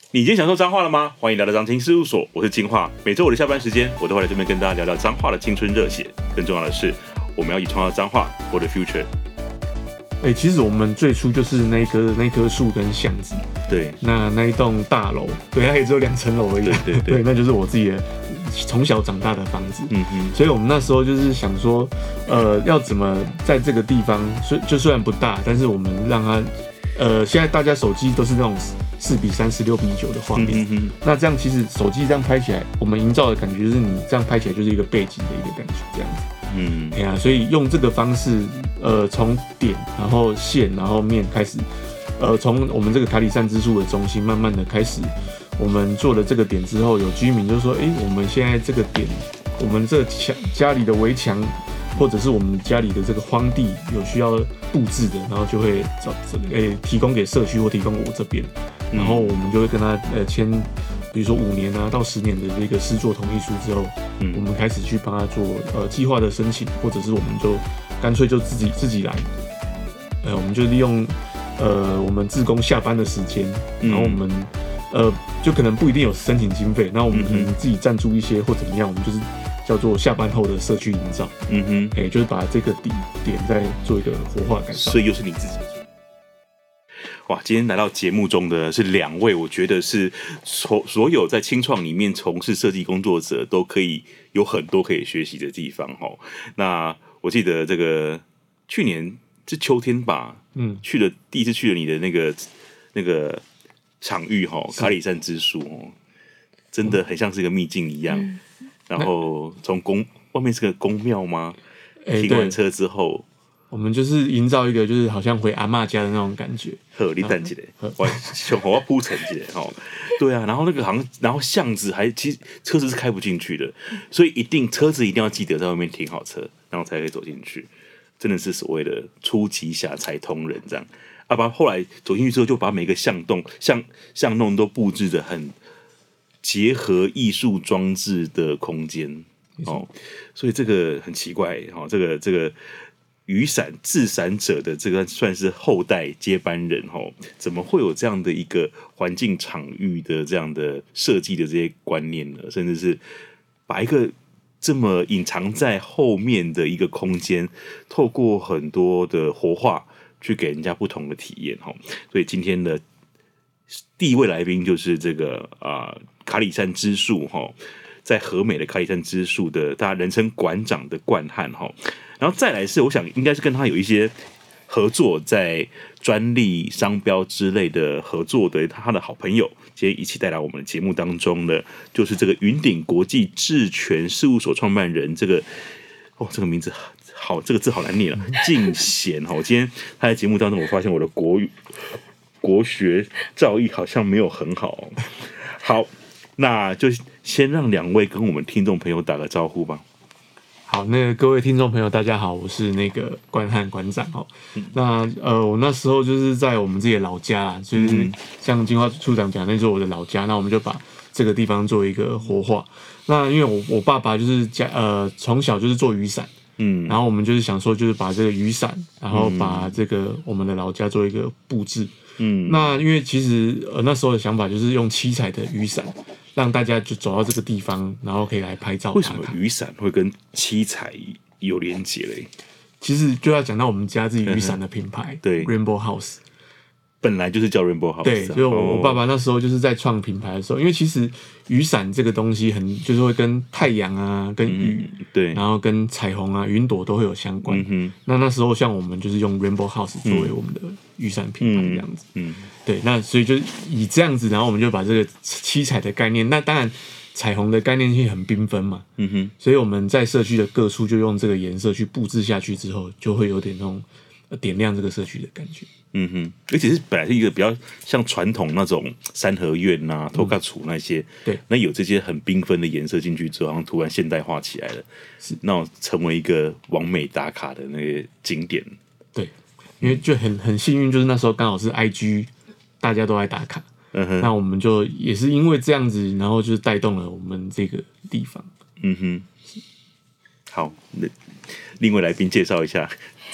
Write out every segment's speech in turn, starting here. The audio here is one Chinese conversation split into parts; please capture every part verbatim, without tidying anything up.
你今天享受彰化了吗？欢迎来到彰青事务所，我是金化。每周我的下班时间，我都会来这边跟大家聊聊彰化的青春热血。更重要的是，我们要一起创造彰化 for the future。 哎、欸，其实我们最初就是那棵那棵树跟巷子， 对， 那那一栋大楼，对，它也只有两层楼而已， 对对 对, 对，那就是我自己的从小长大的房子，嗯嗯，所以我们那时候就是想说，呃，要怎么在这个地方，虽就虽然不大，但是我们让它，呃，现在大家手机都是那种四比三、十六比九的画面，嗯嗯，那这样其实手机这样拍起来，我们营造的感觉就是你这样拍起来就是一个背景的一个感觉，这样子。嗯，对啊，所以用这个方式，呃，从点，然后线，然后面开始，呃，从我们这个卡里善之树的中心，慢慢的开始，我们做了这个点之后，有居民就说，哎、欸，我们现在这个点，我们这墙家里的围墙，或者是我们家里的这个荒地有需要布置的，然后就会找，哎、欸，提供给社区或提供我这边，然后我们就会跟他呃签。比如说五年啊到十年的这个施作同意书之后，嗯，我们开始去帮他做呃计划的申请，或者是我们就干脆就自己自己来，呃，我们就利用呃我们志工下班的时间，然后我们呃就可能不一定有申请经费，那我们可能自己赞助一些或怎么样，我们就是叫做下班后的社区营造，嗯哼，哎、欸，就是把这个点点再做一个活化改造， 所以又是你自己。哇，今天来到节目中的是两位，我觉得是所所有在青创里面从事设计工作者都可以有很多可以学习的地方哈。那我记得这个去年是秋天吧，嗯，去了第一次去了你的那个那个场域哈，卡里善之树哦，真的很像是一个秘境一样。嗯、然后从宫外面是个宫庙吗？欸、停完车之后。 我们就是营造一个就是好像回阿嬷家的那种感觉。 好，你等一下，我想我要铺陈一下哈。对啊，然后那个好像，然后巷子还其实车子是开不进去的，所以一定车子一定要记得在外面停好车，然后才可以走进去。真的是所谓的出奇侠才通人这样。啊，把后来走进去之后，就把每个巷洞、巷巷弄都布置得很结合艺术装置的空间哦。所以这个很奇怪哦，这个这个。雨伞制伞者的这个算是后代接班人吼，怎么会有这样的一个环境场域的这样的设计的这些观念呢？甚至是把一个这么隐藏在后面的一个空间，透过很多的活化去给人家不同的体验吼。所以今天的第一位来宾就是这个啊、呃、卡里善之树吼，在和美的卡里善之树的大家人称馆长的冠汉吼。然后再来是，我想应该是跟他有一些合作，在专利、商标之类的合作的他的好朋友，今天一起带来我们的节目当中的，就是这个云顶国际智权事务所创办人，这个哦，这个名字好，这个字好难念了，敬贤哈。今天他在节目当中，我发现我的国语国学造诣好像没有很好，好，那就先让两位跟我们听众朋友打个招呼吧。 好，那个各位听众朋友，大家好，我是那个冠汉馆长哦。嗯、那呃，我那时候就是在我们自己的老家啦，就是像金花处长讲，那是我的老家，那我们就把这个地方做一个活化。那因为我我爸爸就是家呃从小就是做雨伞，嗯，然后我们就是想说，就是把这个雨伞，然后把这个我们的老家做一个布置。嗯，那因为其实呃那时候的想法就是用七彩的雨伞，让大家就走到这个地方，然后可以来拍照。 为什么雨伞会跟七彩有连结嘞？ 其实就要讲到我们家自己雨伞的品牌，对 ，Rainbow House。 本来就是叫 Rainbow House， 对，就我我爸爸那时候就是在创品牌的时候，因为其实雨伞这个东西很就是会跟太阳啊、跟雨、嗯，对，然后跟彩虹啊、云朵都会有相关。嗯、那那时候像我们就是用 Rainbow House 作为我们的雨伞品牌这样子。嗯，嗯对，那所以就以这样子，然后我们就把这个七彩的概念，那当然彩虹的概念性很缤纷嘛。嗯哼，所以我们在社区的各处就用这个颜色去布置下去之后，就会有点那种点亮这个社区的感觉。嗯哼，而且是本来是一个比较像传统那种三合院啊、托卡楚那些，对，那有这些很缤纷的颜色进去之后，好像突然现代化起来了，是那种成为一个网美打卡的那个景点。 对，因为就很很幸运，就是那时候刚好是 I G 大家都在打卡，嗯哼，那我们就也是因为这样子，然后就是带动了我们这个地方。 嗯哼，好，那另外来宾介绍一下。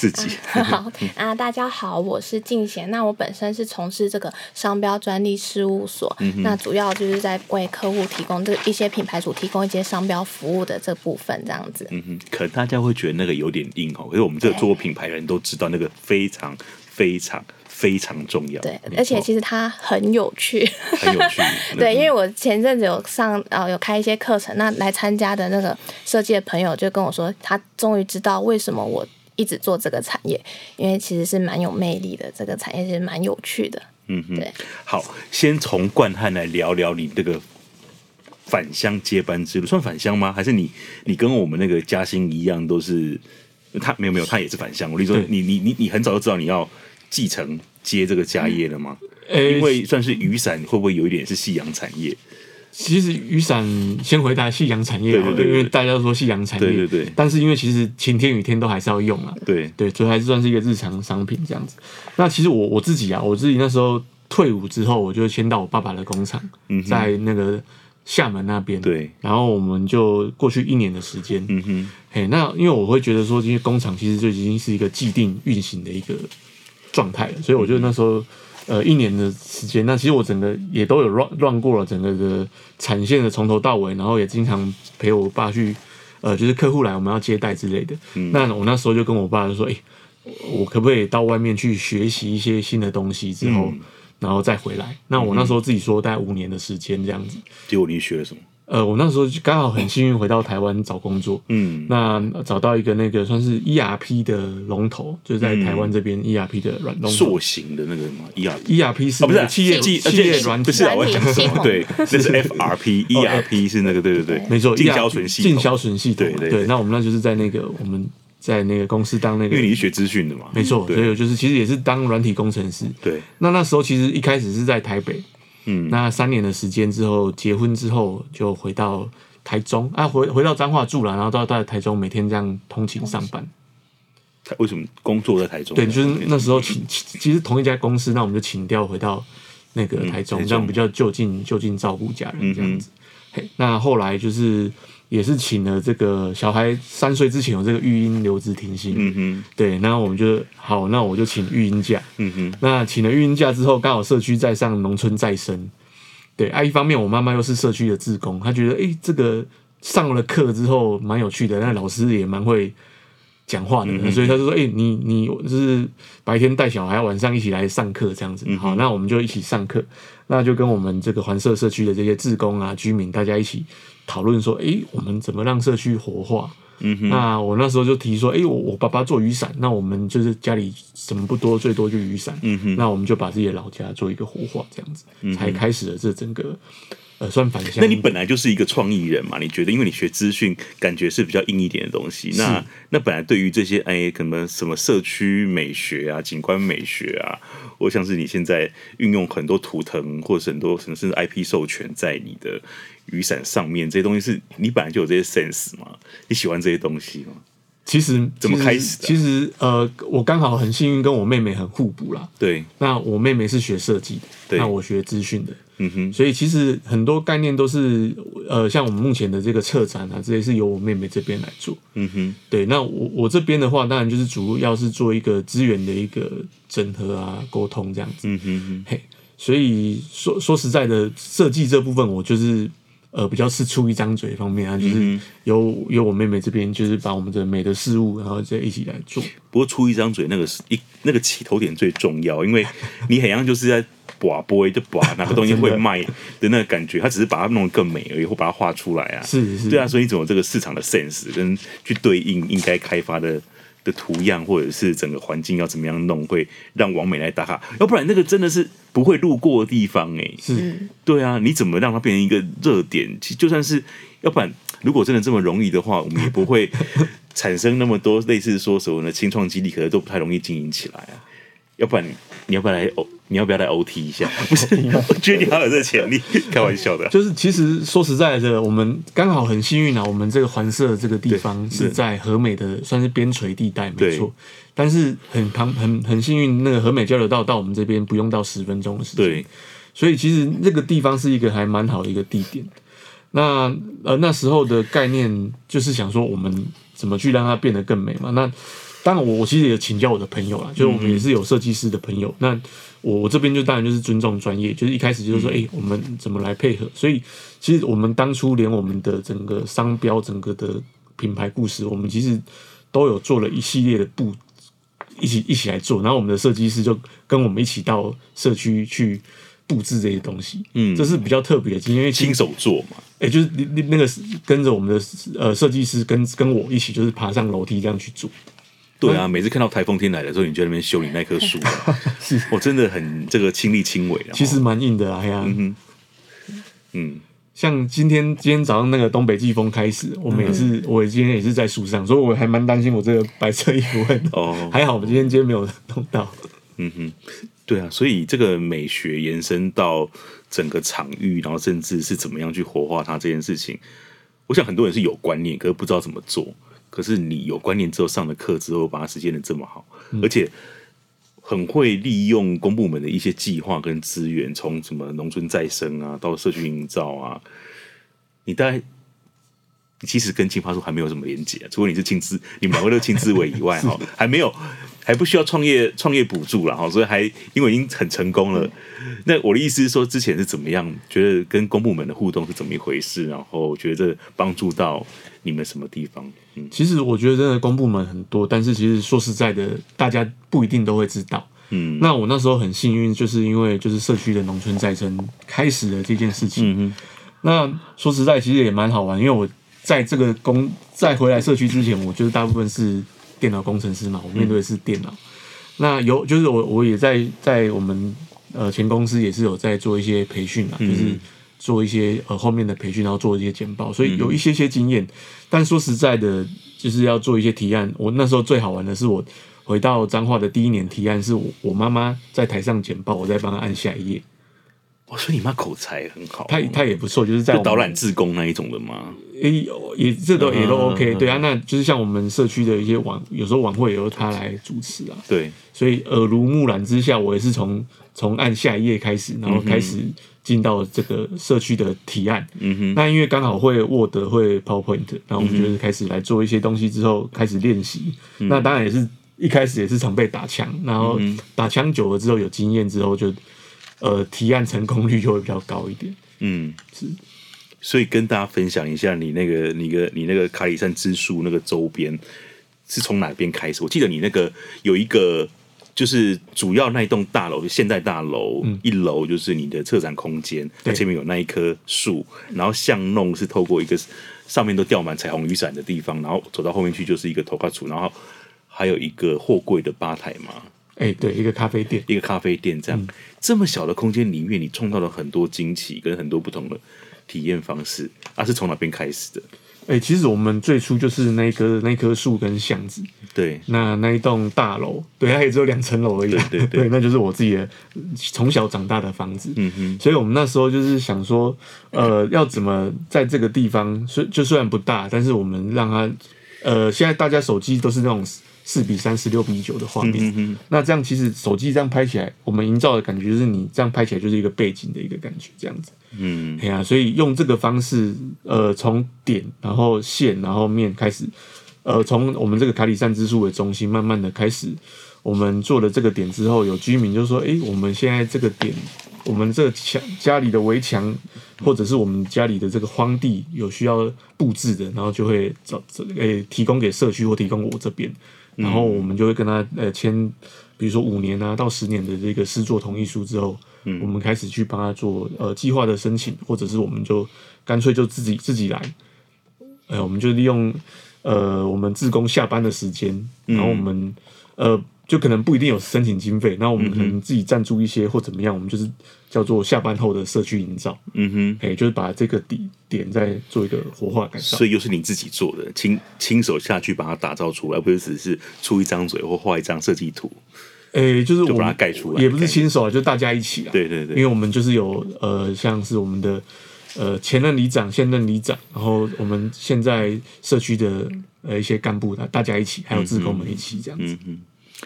自己。 好啊，大家好，我是静贤。那我本身是从事这个商标专利事务所，嗯、那主要就是在为客户提供这一些品牌主提供一些商标服务的这部分，这样子。 嗯哼，可大家会觉得那个有点硬哦，可是我们这个做品牌的人都知道，那个非常非常非常重要。 对，而且其实它很有趣， 很有趣。 对，因为我前阵子有上呃有开一些课程，那来参加的那个设计的朋友就跟我说，他终于知道为什么我一直做这个产业，因为其实是蛮有魅力的，这个产业其实蛮有趣的。 嗯哼， 对。 好，先从冠汉来聊聊你这个返乡接班之路，算返乡吗？还是你你跟我们那个嘉兴一样，都是他没有没有，他也是返乡。我跟你说，你你你你很早就知道你要继承接这个家业了吗？ 欸、 因为算是雨伞，会不会有一点是夕阳产业？ 其实雨伞先回答夕阳产业，对对 对, 对，因为大家都说夕阳产业， 对对对。 但是因为其实晴天雨天都还是要用啊， 对对，所以还是算是一个日常商品这样子。那其实我我自己啊，我自己那时候退伍之后，我就先到我爸爸的工厂，嗯、在那个厦门那边， 对， 然后我们就过去一年的时间，嗯哼，嘿，那因为我会觉得说，因为工厂其实就已经是一个既定运行的一个状态了，所以我觉得那时候。嗯呃，一年的时间，那其实我整个也都有 run run 过了整个的产线的从头到尾，然后也经常陪我爸去，呃，就是客户来我们要接待之类的。嗯、那我那时候就跟我爸就说，哎、欸，我可不可以到外面去学习一些新的东西之后，嗯、然后再回来？那我那时候自己说大概五年的时间这样子。 结果你学了什么？ 呃，我那时候刚好很幸运回到台湾找工作，嗯，那找到一个那个算是 E R P 的龙头，就是在台湾这边 E R P 的软龙头， 塑形的那个嘛 ，E R P，E R P 是哦，不是企业企业软体， 不是我讲什么？对，那是 F R P，E R P 是那个，对对对， 没错， 进销存系统， 进销存系统， 对对对。那我们那就是在那个我们在那个公司当那个， 因为你是学资讯的嘛， 没错，所以就是其实也是当软体工程师， 对。 那那时候其实一开始是在台北，嗯，那三年的时间之后，结婚之后就回到。台中啊，回回到彰化住了，然后到到台中每天这样通勤上班。 为什么工作在台中？ 对，就是那时候请，其实同一家公司，那我们就请调回到那个台中，嗯、这样比较就近就近照顾家人这样子。嗯、那后来就是也是请了这个小孩三岁之前有这个育婴留职停薪，嗯哼，对，那我们就好，那我就请育婴假，嗯哼，那请了育婴假之后，刚好社区在上农村再生。对啊，一方面我妈妈又是社区的志工，她觉得哎、欸，这个上了课之后蛮有趣的，那老师也蛮会讲话的，嗯、所以她就说：“哎、欸，你你就是白天带小孩，晚上一起来上课这样子。嗯”好，那我们就一起上课，那就跟我们这个环社社区的这些志工啊、居民，大家一起讨论说：“哎、欸，我们怎么让社区活化？”嗯哼，那我那时候就提说，哎、欸，我我爸爸做雨伞，那我们就是家里什么不多，最多就雨伞，嗯哼，那我们就把自己的老家做一个活化，这样子，嗯、才开始了这整个呃算返乡。 那你本来就是一个创意人嘛？你觉得，因为你学资讯，感觉是比较硬一点的东西，那那本来对于这些哎，可能什么社区美学啊、景观美学啊，或像是你现在运用很多图腾，或者是很多甚至 I P 授权在你的雨伞上面，这些东西是你本来就有这些 sense 吗？你喜欢这些东西吗？ 其实怎么开始的？ 其实呃，我刚好很幸运跟我妹妹很互补啦。 对， 那我妹妹是学设计的，那我学资讯的。嗯哼，所以其实很多概念都是呃，像我们目前的这个策展啊，这些是由我妹妹这边来做。嗯哼，对，那我我这边的话，当然就是主要是做一个资源的一个整合啊、沟通这样子。嗯哼哼，嘿，所以说说实在的，设计这部分我就是。呃，比较是出一张嘴方面啊，就是由由我妹妹这边，就是把我们的美的事物，然后再一起来做。 不过出一张嘴，那个是一那个起头点最重要，因为你很像就是在把播，就把哪个东西会卖的那个感觉，他只是把它弄得更美而已，或把它画出来啊。 是是， 对啊，所以你怎么这个市场的 sense 跟去对应应该开发的。的图样或者是整个环境要怎么样弄，会让网美来打卡，要不然那个真的是不会路过的地方哎、欸。 是， 对啊，你怎么让它变成一个热点？其实就算是，要不然如果真的这么容易的话，我们也不会产生那么多类似说什么的新创基地，可能都不太容易经营起来啊。要不然你要不要来哦？你要不要来 O T 一下？不是，我觉得你好有这个潜力，开玩笑的、啊。 就是其实说实在的，我们刚好很幸运啊，我们这个环社这个地方是在和美的算是边陲地带，没错。但是很旁很很幸运，那个和美交流道到我们这边不用到十分钟的时间。对，所以其实那个地方是一个还蛮好的一个地点。那呃那时候的概念就是想说，我们怎么去让它变得更美嘛？那当然我我其实也请教我的朋友啦，就是我们也是有设计师的朋友，那我我这边就当然就是尊重专业，就是一开始就是说，哎、欸，我们怎么来配合？所以其实我们当初连我们的整个商标、整个的品牌故事，我们其实都有做了一系列的布，一起一起来做，然后我们的设计师就跟我们一起到社区去布置这些东西，嗯，这是比较特别的经验，因为亲手做嘛， 哎、欸，就是那个跟着我们的呃设计师跟跟我一起，就是爬上楼梯这样去做。 对啊，每次看到台风天来的时候，你就在那边修你那棵树，是我真的很这个亲力亲为， 其实蛮硬的啦，呀， 嗯嗯， 像今天今天早上那个东北季风开始，我们也是，嗯、我今天也是在树上，所以我还蛮担心我这个白色衣服会哦，还好我今天今天没有弄到， 嗯哼，对啊，所以这个美学延伸到整个场域，然后甚至是怎么样去活化它这件事情，我想很多人是有观念，可是不知道怎么做。可是你有观念之后，上了课之后，把它实现的这么好，嗯、而且很会利用公部门的一些计划跟资源，从什么农村再生啊，到社区营造啊，你大概你其实跟青发处还没有什么连结、啊，除了你是青资，你们两位都青资委以外哈，还没有还不需要创业创业补助啦哈，所以还因为已经很成功了。那我的意思是说，之前是怎么样？觉得跟公部门的互动是怎么一回事？然后觉得帮助到你们什么地方？嗯， 其实我觉得真的公部门很多，但是其实说实在的，大家不一定都会知道。嗯，那我那时候很幸运，就是因为就是社区的农村再生开始了这件事情。嗯、那说实在，其实也蛮好玩，因为我在这个工在回来社区之前，我就是大部分是电脑工程师嘛，我面对的是电脑。嗯、那有就是我我也在在我们呃前公司也是有在做一些培训啊，嗯、就是做一些呃后面的培训，然后做一些简报，所以有一些些经验。嗯、但说实在的，就是要做一些提案。我那时候最好玩的是我回到彰化的第一年提案，是我我妈妈在台上简报，我在帮她按下一页。 哦，所以你妈口才很好， 她她也不错，就是在我就导览志工那一种的吗？ 也也这都也都 OK，、嗯、对啊，那就是像我们社区的一些晚，有时候晚会也由他来主持啊。 对，所以耳濡目染之下，我也是从从按下一页开始，然后开始进到这个社区的提案。嗯哼，那因为刚好会 Word 会 PowerPoint， 然后我们就是开始来做一些东西之后开始练习。嗯、那当然也是一开始也是常被打枪，然后打枪久了之后有经验之后就，呃提案成功率就会比较高一点。嗯，是。 所以跟大家分享一下你那个你个你那个卡里山之树那个周边是从哪边开始？我记得你那个有一个就是主要那一栋大楼现代大楼、嗯、一楼就是你的策展空间，它前面有那一棵树，然后巷弄是透过一个上面都吊满彩虹雨伞的地方，然后走到后面去就是一个头卡处，然后还有一个货柜的吧台嘛。 哎、欸，对，一个咖啡店， 一个咖啡店这样、嗯、这么小的空间里面，你创造了很多惊奇跟很多不同的体验方式啊，是从哪边开始的？ 哎、欸，其实我们最初就是那棵那棵树跟巷子， 对， 那那一栋大楼，对，它也只有两层楼而已， 对对 对, 对，那就是我自己的从小长大的房子，嗯哼，所以我们那时候就是想说，呃，要怎么在这个地方，虽就虽然不大，但是我们让它，呃，现在大家手机都是那种四比三、十六比九的画面、嗯哼哼，那这样其实手机这样拍起来，我们营造的感觉就是你这样拍起来就是一个背景的一个感觉，这样子。嗯，对啊，所以用这个方式，呃，从点，然后线，然后面开始，呃，从我们这个卡里山之树为中心，慢慢的开始，我们做了这个点之后，有居民就说，哎，我们现在这个点，我们这个墙家里的围墙，或者是我们家里的这个荒地有需要布置的，然后就会找，诶，提供给社区或提供我这边，然后我们就会跟他呃签，比如说五年啊到十年的这个施作同意书之后。嗯、我们开始去帮他做呃计划的申请，或者是我们就干脆就自己自己来，呃，我们就利用呃我们志工下班的时间，然后我们呃就可能不一定有申请经费，然后我们可能自己赞助一些或怎么样，我们就是叫做下班后的社区营造，嗯哼，哎、欸，就是把这个底点再做一个活化改造， 所以又是你自己做的，亲亲手下去把它打造出来，不是只是出一张嘴或画一张设计图。 诶、欸，就是我就把它盖出来， 也不是亲手啊，就大家一起啊。 对对对， 因为我们就是有呃，像是我们的呃前任里长、现任里长，然后我们现在社区的呃一些干部，大家一起，还有志工们一起这样子。嗯嗯。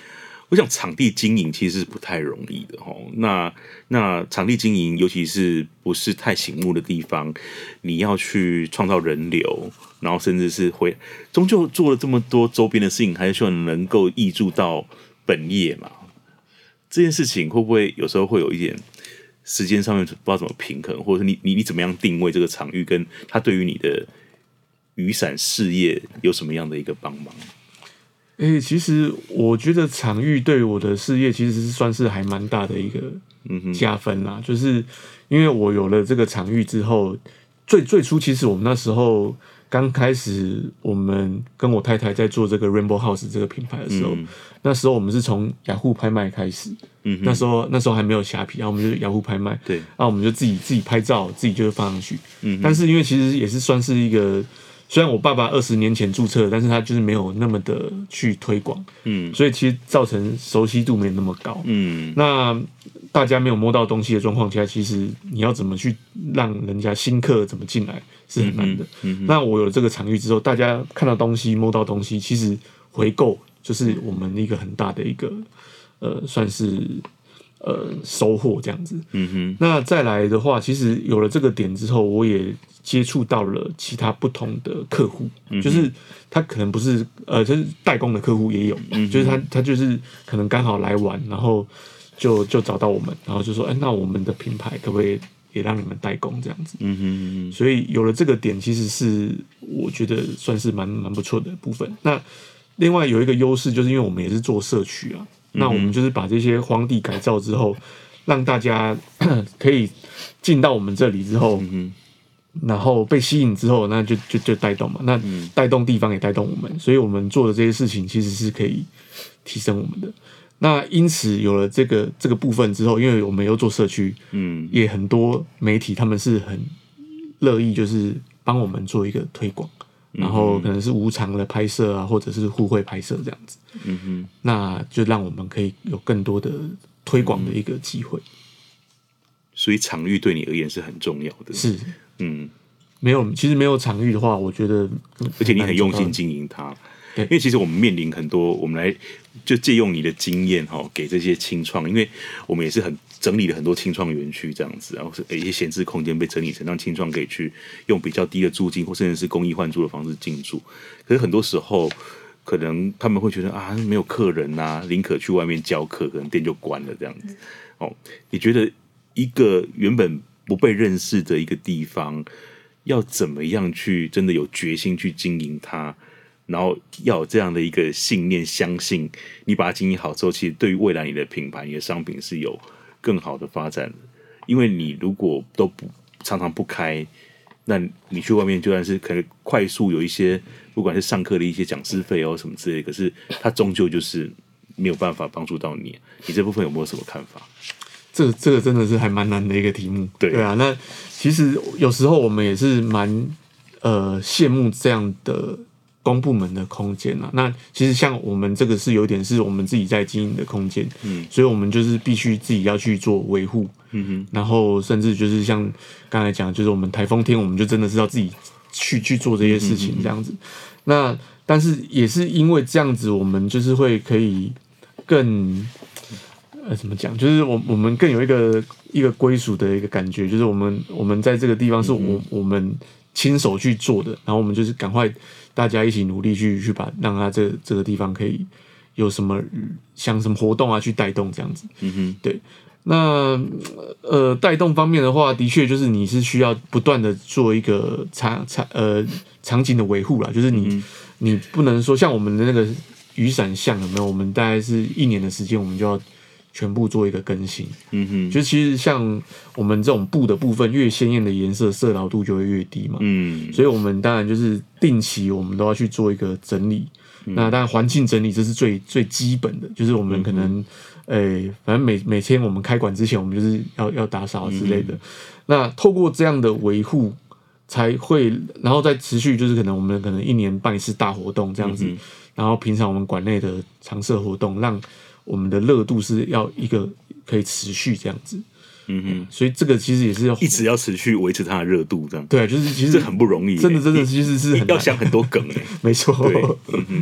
我想场地经营其实是不太容易的哈。那那场地经营，尤其是不是太醒目的地方，你要去创造人流，然后甚至是会，终究做了这么多周边的事情，还是希望能够挹注到本业嘛。这件事情会不会有时候会有一点时间上面不知道怎么平衡，或者是你你你怎么样定位这个场域，跟它对于你的雨伞事业有什么样的一个帮忙？ 诶、欸，其实我觉得场域对我的事业其实是算是还蛮大的一个加分啦。嗯、就是因为我有了这个场域之后，最最初其实我们那时候刚开始，我们跟我太太在做这个 Rainbow House 这个品牌的时候，嗯、那时候我们是从雅虎拍卖开始。嗯、那时候那时候还没有虾皮，然后我们就雅虎拍卖， 对， 然后我们就自己自己拍照，自己就放上去。嗯，但是因为其实也是算是一个。虽然我爸爸二十年前注册，但是他就是没有那么的去推广，嗯，所以其实造成熟悉度没有那么高，嗯，那大家没有摸到东西的状况下，其实你要怎么去让人家新客怎么进来是很难的。嗯嗯、那我有了这个场域之后，大家看到东西、摸到东西，其实回购就是我们一个很大的一个呃，算是呃收获这样子。嗯哼，那再来的话，其实有了这个点之后，我也。接触到了其他不同的客户，嗯、就是他可能不是呃，就是代工的客户也有，嗯、就是他他就是可能刚好来玩，然后就就找到我们，然后就说，哎，那我们的品牌可不可以也让你们代工这样子？嗯哼，所以有了这个点，其实是我觉得算是蛮蛮不错的部分。那另外有一个优势，就是因为我们也是做社区啊，嗯、那我们就是把这些荒地改造之后，让大家可以进到我们这里之后。嗯然后被吸引之后，那就就就带动嘛，那带动地方也带动我们，所以我们做的这些事情其实是可以提升我们的。那因此有了这个这个部分之后，因为我们又做社区，嗯，也很多媒体他们是很乐意就是帮我们做一个推广，然后可能是无偿的拍摄啊，或者是互惠拍摄这样子，嗯哼，那就让我们可以有更多的推广的一个机会。 所以场域对你而言是很重要的， 是。嗯，没有，其实没有场域的话，我觉得， 而且你很用心经营它，因为其实我们面临很多，我们来就借用你的经验哈，给这些青创，因为我们也是很整理了很多青创园区这样子，然后是一些闲置空间被整理成让青创可以去用比较低的租金或甚至是公益换租的方式进驻。可是很多时候，可能他们会觉得啊，没有客人啊，宁可去外面教课，可能店就关了这样子。哦，你觉得一个原本不被认识的一个地方，要怎么样去真的有决心去经营它，然后要有这样的一个信念，相信你把它经营好之后，其实对于未来你的品牌、你的商品是有更好的发展的。因为你如果都不常常不开，那你去外面就算是可能快速有一些，不管是上课的一些讲师费哦什么之类的，可是它终究就是没有办法帮助到你。你这部分有没有什么看法？ 这个这个真的是还蛮难的一个题目，对, 对啊。那其实有时候我们也是蛮呃羡慕这样的公部门的空间啊。那其实像我们这个是有点是我们自己在经营的空间，嗯，所以我们就是必须自己要去做维护，嗯哼。然后甚至就是像刚才讲，就是我们台风天，我们就真的是要自己去去做这些事情这样子。嗯哼。那但是也是因为这样子，我们就是会可以更。呃，怎么讲？就是我我们更有一个一个归属的一个感觉，就是我们我们在这个地方是我、嗯、我们亲手去做的，然后我们就是赶快大家一起努力去去把让它这这个地方可以有什么像什么活动啊去带动这样子。嗯哼，对。那呃带动方面的话，的确就是你是需要不断的做一个场场呃场景的维护啦，就是你、嗯、你不能说像我们的那个雨伞巷有没有？我们大概是一年的时间，我们就要。全部做一个更新，嗯哼，就其实像我们这种布的部分，越鲜艳的颜色，色牢度就会越低嘛，嗯，所以我们当然就是定期我们都要去做一个整理。嗯、那当然环境整理这是最最基本的，就是我们可能，诶、嗯欸，反正每每天我们开馆之前，我们就是要要打扫之类的。嗯、那透过这样的维护，才会，然后再持续，就是可能我们可能一年办一次大活动这样子，嗯、然后平常我们馆内的常设活动让。我们的热度是要一个可以持续这样子，嗯哼，所以这个其实也是要一直要持续维持它的热度，这样对，就是其实这很不容易， 真的真的其实是很要想很多梗哎， 没错， 嗯哼，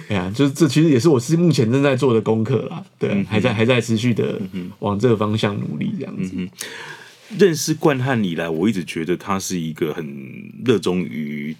对啊，就是这其实也是我是目前正在做的功课啦，对、啊嗯，还在还在持续的往这个方向努力这样子。嗯、 认识冠汉以来，我一直觉得他是一个很热衷于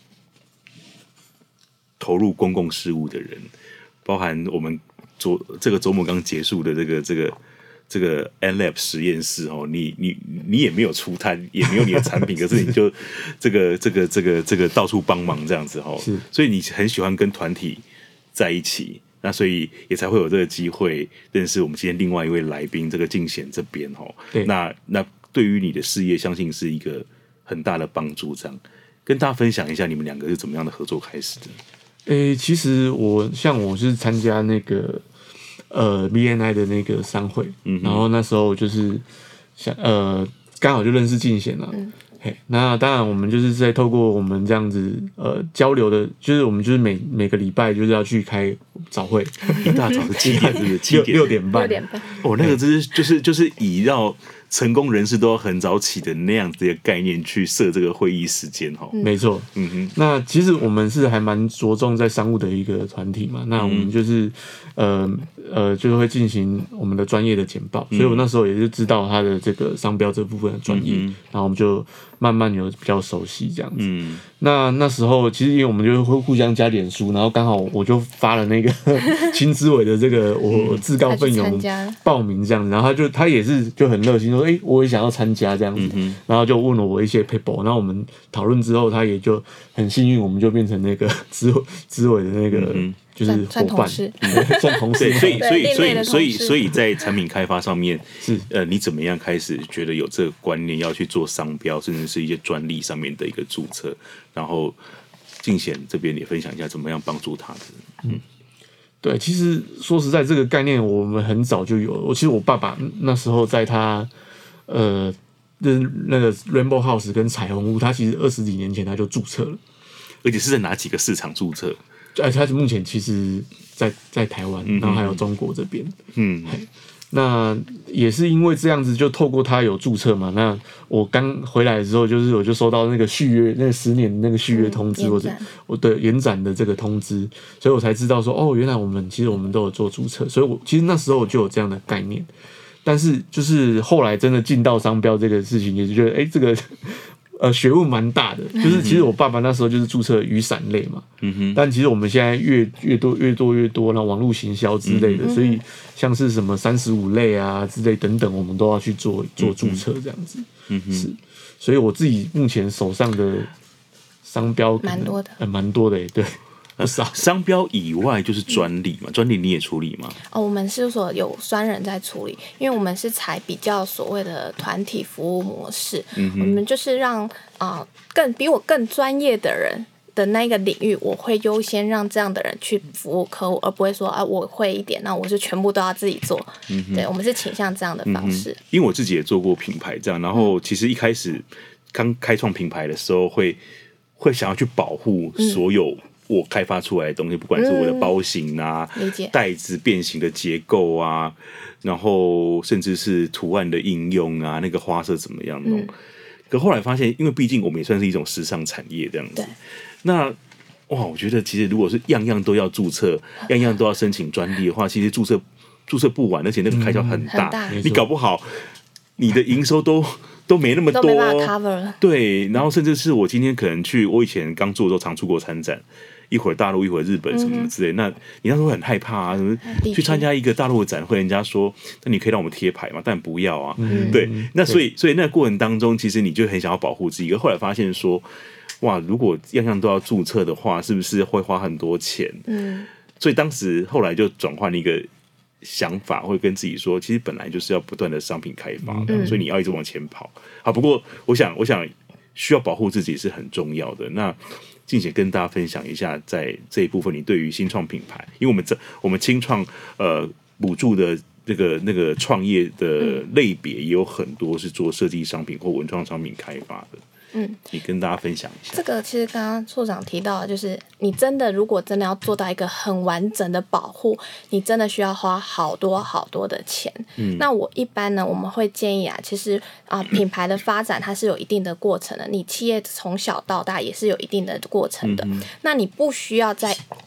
投入公共事务的人，包含我们昨这个周末刚结束的这个这个这个 N-Lab 实验室哦，你你你也没有出摊，也没有你的产品，可是你就这个这个这个这个到处帮忙这样子哦，所以你很喜欢跟团体在一起，那所以也才会有这个机会认识我们今天另外一位来宾，这个敬贤这边哦。那那对于你的事业，相信是一个很大的帮助。这样跟大家分享一下，你们两个是怎么样的合作开始的？ 诶、欸，其实我像我是参加那个呃 B N I 的那个商会，嗯，然后那时候就是想呃刚好就认识敬贤了。嗯嘿，那当然，我们就是在透过我们这样子呃交流的，就是我们就是每每个礼拜就是要去开早会， 一大早是几点？是不是七点？ 六点半？ 六点半。 哦，那个就是就是就是以要成功人士都要很早起的那样子的概念去设这个会议时间哈。 没错，嗯哼。那其实我们是还蛮着重在商务的一个团体嘛，那我们就是呃呃就是会进行我们的专业的简报，所以我那时候也是知道他的这个商标这部分的专业，嗯、然后我们就慢慢有比较熟悉这样子。嗯、那那时候其实因为我们就会互相加脸书，然后刚好我就发了那个青之委的这个我自告奋勇报名这样子，然后他就他也是就很热心说，哎、欸，我也想要参加这样子，嗯、然后就问了我一些 paper， 然后我们讨论之后，他也就很幸运，我们就变成那个资资委的那个。嗯就是伙伴，算同事， 所以所以所以所以所以在产品开发上面，是呃，你怎么样开始觉得有这个观念要去做商标，甚至是一些专利上面的一个注册？然后敬贤这边也分享一下怎么样帮助他的。嗯， 对，其实说实在，这个概念我们很早就有了。我其实我爸爸那时候在他呃那个 Rainbow House 跟彩虹屋，他其实二十几年前他就注册了， 而且是在哪几个市场注册？ 而且他目前其实在在台湾，然后还有中国这边，嗯，那也是因为这样子，就透过他有注册嘛。那我刚回来的时候，就是我就收到那个续约，那个十年那个续约通知，或者我的延展的这个通知，所以我才知道说，哦，原来我们其实我们都有做注册，所以我其实那时候我就有这样的概念。但是就是后来真的进到商标这个事情，也是觉得，哎、欸，这个。呃，学问蛮大的，就是其实我爸爸那时候就是注册雨伞类嘛，嗯哼，但其实我们现在越越多越多越多，然后网络行销之类的，嗯、所以像是什么三十五类啊之类等等，我们都要去做做注册这样子，嗯哼，是，所以我自己目前手上的商标蛮多的， 呃，蛮多的，对。 商标以外就是专利嘛，专利你也处理吗？ 哦，我们事务所有专人在处理，因为我们是采比较所谓的团体服务模式，嗯、我们就是让啊、呃、更比我更专业的人的那个领域，我会优先让这样的人去服务客户，而不会说啊我会一点，那我就全部都要自己做。嗯、对，我们是倾向这样的方式、嗯。 因为我自己也做过品牌这样，然后其实一开始刚开创品牌的时候会，会会想要去保护所有、嗯。我开发出来的东西，不管是我的包型啊、袋子变形的结构啊，然后甚至是图案的应用啊，那个花色怎么样弄？嗯、可后来发现，因为毕竟我们也算是一种时尚产业这样子，那哇，我觉得其实如果是样样都要注册，样样都要申请专利的话，其实注册注册不完，而且那个开销很大，嗯、很大你搞不好你的营收都。都没那么多， 都没办法 cover。 对，然后甚至是我今天可能去，我以前刚做的时候常出国参展，一会儿大陆，一会儿日本什么之类的。嗯、那你那时候会很害怕啊，什么去参加一个大陆的展会，人家说，那你可以让我们贴牌嘛？但不要啊。嗯、对，那所以所以那个过程当中，其实你就很想要保护自己。后来发现说，哇，如果样样都要注册的话，是不是会花很多钱？嗯，所以当时后来就转换了一个。想法会跟自己说，其实本来就是要不断的商品开发的，嗯、所以你要一直往前跑。好，不过我想，我想需要保护自己是很重要的。那敬贤跟大家分享一下，在这一部分你对于新创品牌，因为我们这我们新创呃补助的那个那个创业的类别也有很多是做设计商品或文创商品开发的。嗯，你跟大家分享一下。 这个其实刚刚处长提到的，就是你真的如果真的要做到一个很完整的保护，你真的需要花好多好多的钱。嗯，那我一般呢，我们会建议啊，其实啊、呃，品牌的发展它是有一定的过程的，你企业从小到大也是有一定的过程的。嗯、那你不需要在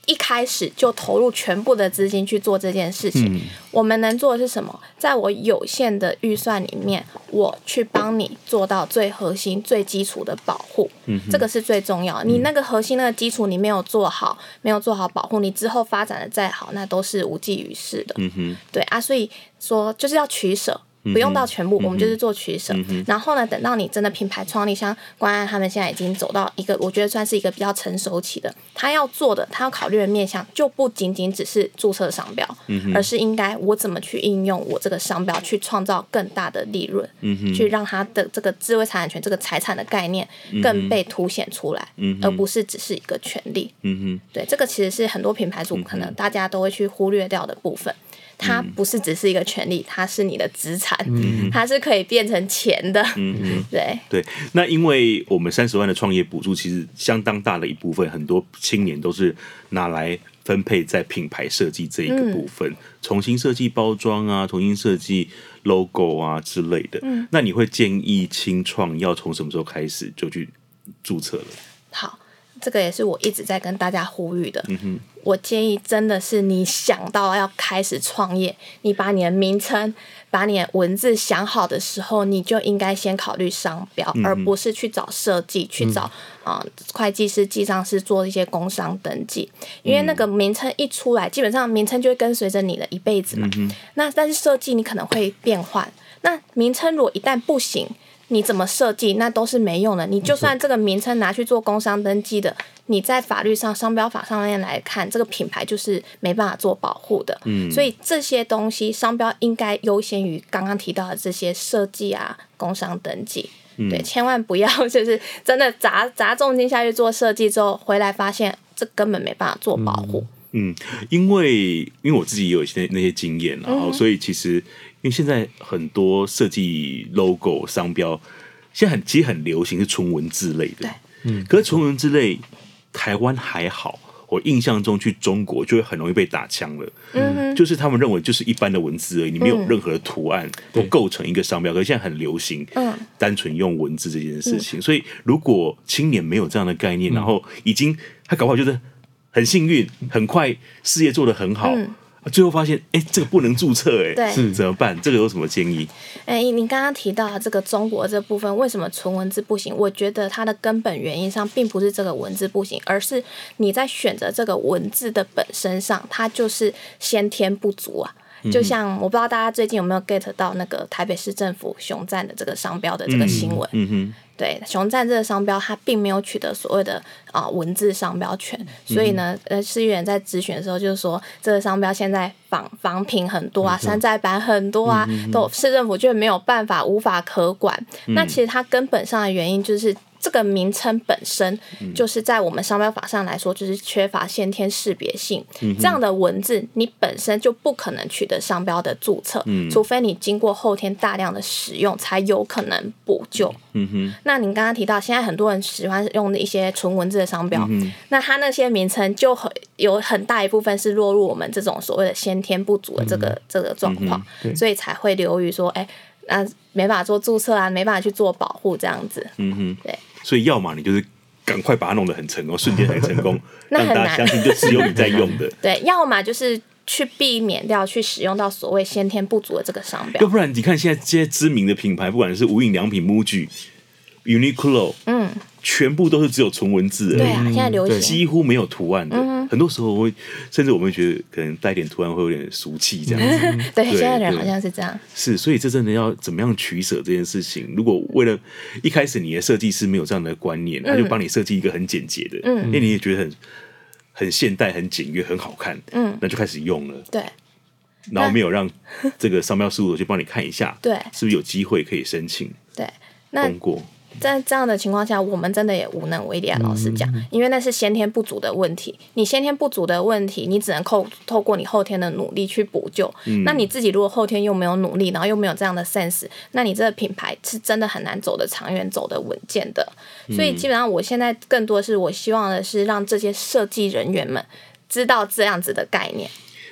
一开始就投入全部的资金去做这件事情。嗯、我们能做的是什么？在我有限的预算里面，我去帮你做到最核心、最基础的保护。嗯、这个是最重要的。你那个核心、那个基础你没有做好，没有做好保护，你之后发展的再好，那都是无济于事的。嗯、对啊，所以说就是要取舍。不用到全部，嗯、我们就是做取舍。嗯、然后呢，等到你真的品牌创立，像关安他们现在已经走到一个，我觉得算是一个比较成熟期的。他要做的，他要考虑的面向，就不仅仅只是注册商标，嗯、而是应该我怎么去应用我这个商标，去创造更大的利润，嗯、去让他的这个智慧财产权这个财产的概念更被凸显出来，嗯、而不是只是一个权利。嗯、对，这个其实是很多品牌主可能大家都会去忽略掉的部分。它不是只是一个权利，它是你的资产，嗯、它是可以变成钱的。嗯、对对，那因为我们三十万的创业补助，其实相当大的一部分，很多青年都是拿来分配在品牌设计这一个部分，嗯、重新设计包装啊，重新设计 logo 啊之类的。嗯、那你会建议青创要从什么时候开始就去注册了？ 好。这个也是我一直在跟大家呼吁的。嗯、我建议真的是你想到要开始创业，你把你的名称、把你的文字想好的时候，你就应该先考虑商标，嗯、而不是去找设计、去找啊、呃、会计师、记账师做一些工商登记。因为那个名称一出来，基本上名称就会跟随着你的一辈子嘛。嗯、那但是设计你可能会变换，那名称如果一旦不行，你怎么设计那都是没用的。你就算这个名称拿去做工商登记的，你在法律上、商标法上面来看，这个品牌就是没办法做保护的。嗯，所以这些东西，商标应该优先于刚刚提到的这些设计啊、工商登记。嗯、对，千万不要就是真的砸砸重金下去做设计之后，回来发现这根本没办法做保护。 嗯，因为因为我自己也有一些那些经验，然后、嗯、所以其实。因为现在很多设计 logo 商标，现在很其实很流行是纯文字类的，嗯，可是纯文字类台湾还好，我印象中去中国就会很容易被打枪了，嗯，就是他们认为就是一般的文字而已，你没有任何的图案都构成一个商标，可是现在很流行，嗯，单纯用文字这件事情，嗯、所以如果青年没有这样的概念，嗯、然后已经他搞不好就是很幸运，很快事业做得很好。嗯最后发现，哎，这个不能注册，哎，是怎么办？这个有什么建议？ 哎，你刚刚提到的这个中国这部分，为什么纯文字不行？我觉得它的根本原因上，并不是这个文字不行，而是你在选择这个文字的本身上，它就是先天不足啊。就像我不知道大家最近有没有 get 到那个台北市政府熊赞的这个商标的这个新闻？嗯哼。对，熊赞这个商标，它并没有取得所谓的啊、呃、文字商标权，所以呢，呃，市议员在质询的时候就是说，这个商标现在仿仿品很多啊，山寨版很多啊，嗯、都市政府就没有办法，无法可管。嗯、那其实它根本上的原因就是。这个名称本身就是在我们商标法上来说，就是缺乏先天识别性。嗯、这样的文字，你本身就不可能取得商标的注册，嗯、除非你经过后天大量的使用，才有可能补救。嗯哼。那你刚刚提到，现在很多人喜欢用一些纯文字的商标，嗯、那它那些名称就很有很大一部分是落入我们这种所谓的先天不足的这个、嗯、这个状况，嗯、所以才会流于说，哎，那没办法做注册啊，没办法去做保护这样子。嗯哼，对。 所以要么你就是赶快把它弄得很成功，瞬间很成功，让大家相信就只有你在用的。 对，要么就是去避免掉去使用到所谓先天不足的这个商标。 要不然你看现在这些知名的品牌，不管是无印良品、MUJI、Uniqlo， 嗯，全部都是只有纯文字的。 对啊，现在流行几乎没有图案的。嗯、很多时候会，甚至我们会觉得可能带点图案会有点俗气这样子。 嗯、对，对，现在人好像是这样。 是，所以这真的要怎么样取舍这件事情？如果为了一开始你的设计师没有这样的观念，他就帮你设计一个很简洁的，嗯，因为你也觉得很很现代、很简约、很好看，嗯，那就开始用了。 对。 然后没有让这个商标事务所去帮你看一下， 对， 是不是有机会可以申请？ 对，那通过。 在这样的情况下，我们真的也无能为力啊！老实讲，因为那是先天不足的问题。你先天不足的问题，你只能透透过你后天的努力去补救。嗯、那你自己如果后天又没有努力，然后又没有这样的 sense， 那你这个品牌是真的很难走得长远、走得稳健的。所以基本上，我现在更多的是我希望的是让这些设计人员们知道这样子的概念。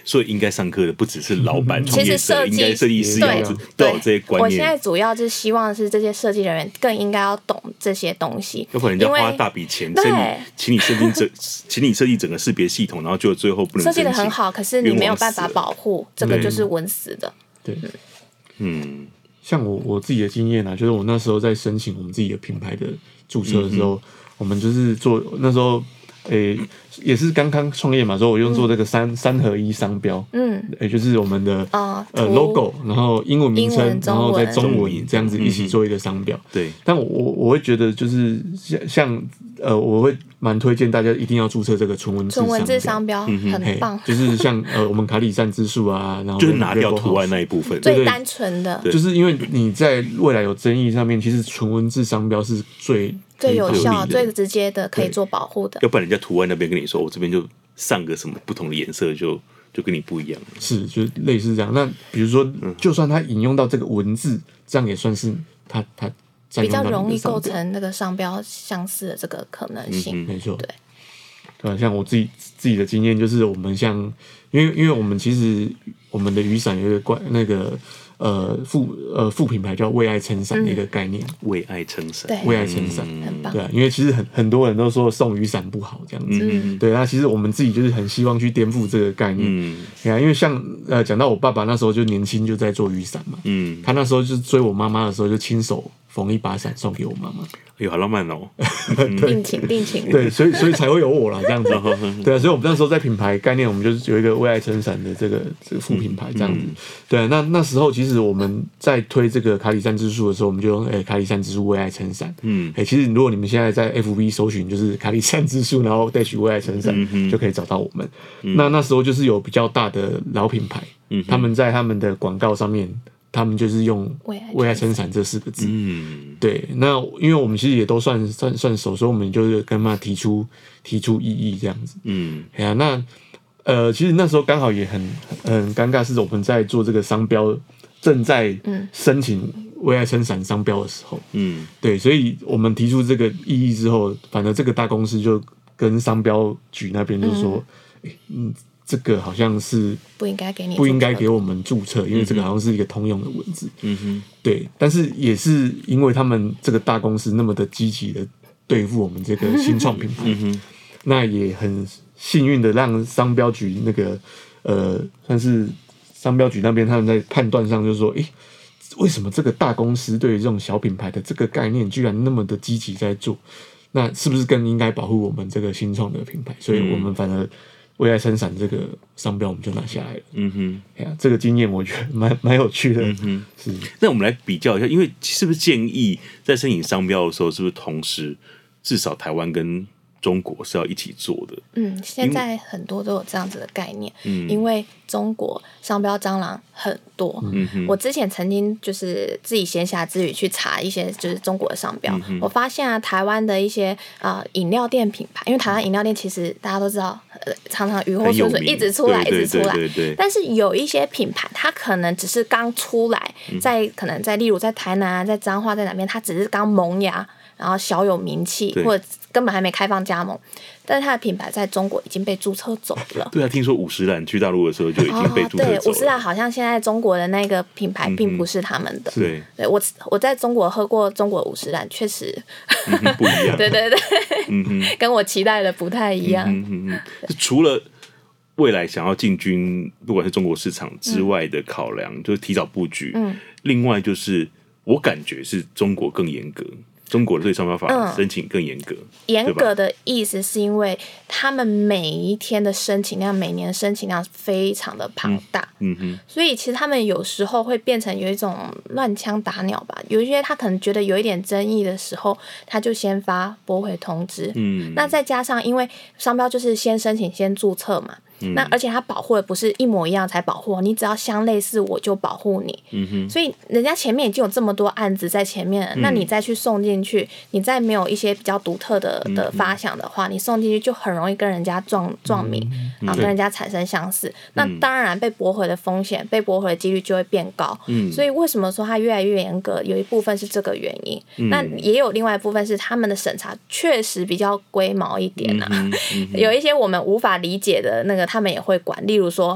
所以应该上课的不只是老板、创业者，应该设计师对都有这些观念。 我现在主要就是希望是这些设计人员更应该要懂这些东西， 要不然人家花大笔钱，请你设计整，请你设计整个识别系统，然后就最后不能设计的很好，可是你没有办法保护，这个就是稳死的。 对， 嗯， 像我我自己的经验啊，就是我那时候在申请我们自己的品牌的注册的时候，嗯、我们就是做那时候。诶、欸，也是刚刚创业嘛，所以我用做这个三、嗯、三合一商标，嗯，也、欸、就是我们的、哦、呃 logo， 然后英文名称，然后再中文这样子一起做一个商标。 对、嗯， 但我我会觉得就是像像呃，我会蛮推荐大家一定要注册这个纯文字纯文字商标，很棒。 就是像呃我们卡里善之树啊，然后就是拿掉图案那一部分， 最单纯的， 就是因为你在未来有争议上面，其实纯文字商标是最。 最有效、最直接的，可以做保护的。 要不然人家图案那边跟你说，我这边就上个什么不同的颜色就，就就跟你不一样。 是，就类似这样。那比如说，嗯、就算他引用到这个文字，这样也算是他他比较容易构成那个商标相似的这个可能性。 嗯、没错， 对。 对，像我自己自己的经验就是，我们像，因为因为我们其实我们的雨伞有一个怪那个。呃副呃副品牌叫为爱撑伞的一个概念， 为爱撑伞， 为爱撑伞， 很棒。 对啊，因为其实很很多人都说送雨伞不好这样子，嗯、对啊，其实我们自己就是很希望去颠覆这个概念，嗯，对啊，因为像呃讲到我爸爸那时候就年轻就在做雨伞嘛，嗯，他那时候就追我妈妈的时候就亲手缝一把伞送给我妈妈， 哎呦好浪漫哦， 定情定情， 对，所以所以才会有我啦这样子，对啊，所以我们那时候在品牌概念，我们就是有一个为爱撑伞的这个这个副品牌这样子，嗯、对啊，那那时候其实。其实我们在推这个卡里善之树的时候，我们就用诶、欸、卡里善之树为爱撑伞。嗯，诶、欸，其实如果你们现在在 F B 搜寻就是卡里善之树，然后 dash 为爱撑伞，嗯、就可以找到我们。嗯、那那时候就是有比较大的老品牌，嗯、他们在他们的广告上面，他们就是用为爱撑伞这四个字。嗯，对。那因为我们其实也都算算算熟，所以我们就是跟他提出提出异议这样子。嗯，哎呀、啊，那呃，其实那时候刚好也很很尴尬，是我们在做这个商标。正在申请为爱撑伞商标的时候，嗯，对，所以我们提出这个异议之后，反正这个大公司就跟商标局那边就说，嗯、欸嗯，这个好像是不应该给你， 不应该给我们注册，因为这个好像是一个通用的文字，嗯哼，对，但是也是因为他们这个大公司那么的积极的对付我们这个新创品牌，嗯哼，那也很幸运的让商标局那个呃算是。商标局那边他们在判断上就是说，诶，为什么这个大公司对于这种小品牌的这个概念居然那么的积极在做？那是不是更应该保护我们这个新创的品牌？所以我们反而为爱撑伞这个商标我们就拿下来了。嗯哼，哎呀，这个经验我觉得蛮蛮有趣的。嗯哼，是。 那我们来比较一下，因为是不是建议在申请商标的时候，是不是同时至少台湾跟中国是要一起做的？嗯， 现在很多都有这样子的概念，嗯，因为中国商标蟑螂很多。嗯哼，我之前曾经就是自己闲暇之余去查一些就是中国的商标，嗯、我发现啊，台湾的一些啊饮料店品牌，因为台湾饮料店其实大家都知道，呃、常常雨后春笋一直出来，一直出来。对对对对，但是有一些品牌，它可能只是刚出来，在可能在例如在台南啊，在彰化，在哪边，它只是刚萌芽。然后小有名气，或者根本还没开放加盟，但是它的品牌在中国已经被注册走了。 对啊，听说五十岚去大陆的时候就已经被注册走了。 哦、对，五十岚好像现在中国的那个品牌并不是他们的。 嗯、对， 对我我在中国喝过中国五十岚，确实、 嗯、不一样。 对对对，嗯哼，跟我期待的不太一样。 嗯哼哼，除了未来想要进军不管是中国市场之外的考量，嗯、就是提早布局。嗯，另外就是我感觉是中国更严格。中国对商标法申请更严格， 严、嗯、格的意思是因为他们每一天的申请量，每年的申请量非常的庞大，嗯，嗯哼，所以其实他们有时候会变成有一种乱枪打鸟吧。有一些他可能觉得有一点争议的时候，他就先发驳回通知，嗯，那再加上因为商标就是先申请先注册嘛。那而且它保护的不是一模一样才保护，你只要相类似我就保护你。嗯哼，所以人家前面已经有这么多案子在前面了，嗯、那你再去送进去，你再没有一些比较独特的的发想的话，嗯、你送进去就很容易跟人家撞撞名，嗯、然后跟人家产生相似。嗯、那当然被驳回的风险、被驳回的几率就会变高。嗯，所以为什么说它越来越严格？有一部分是这个原因，嗯、那也有另外一部分是他们的审查确实比较龟毛一点啊，嗯嗯、有一些我们无法理解的那个。他们也会管，例如说，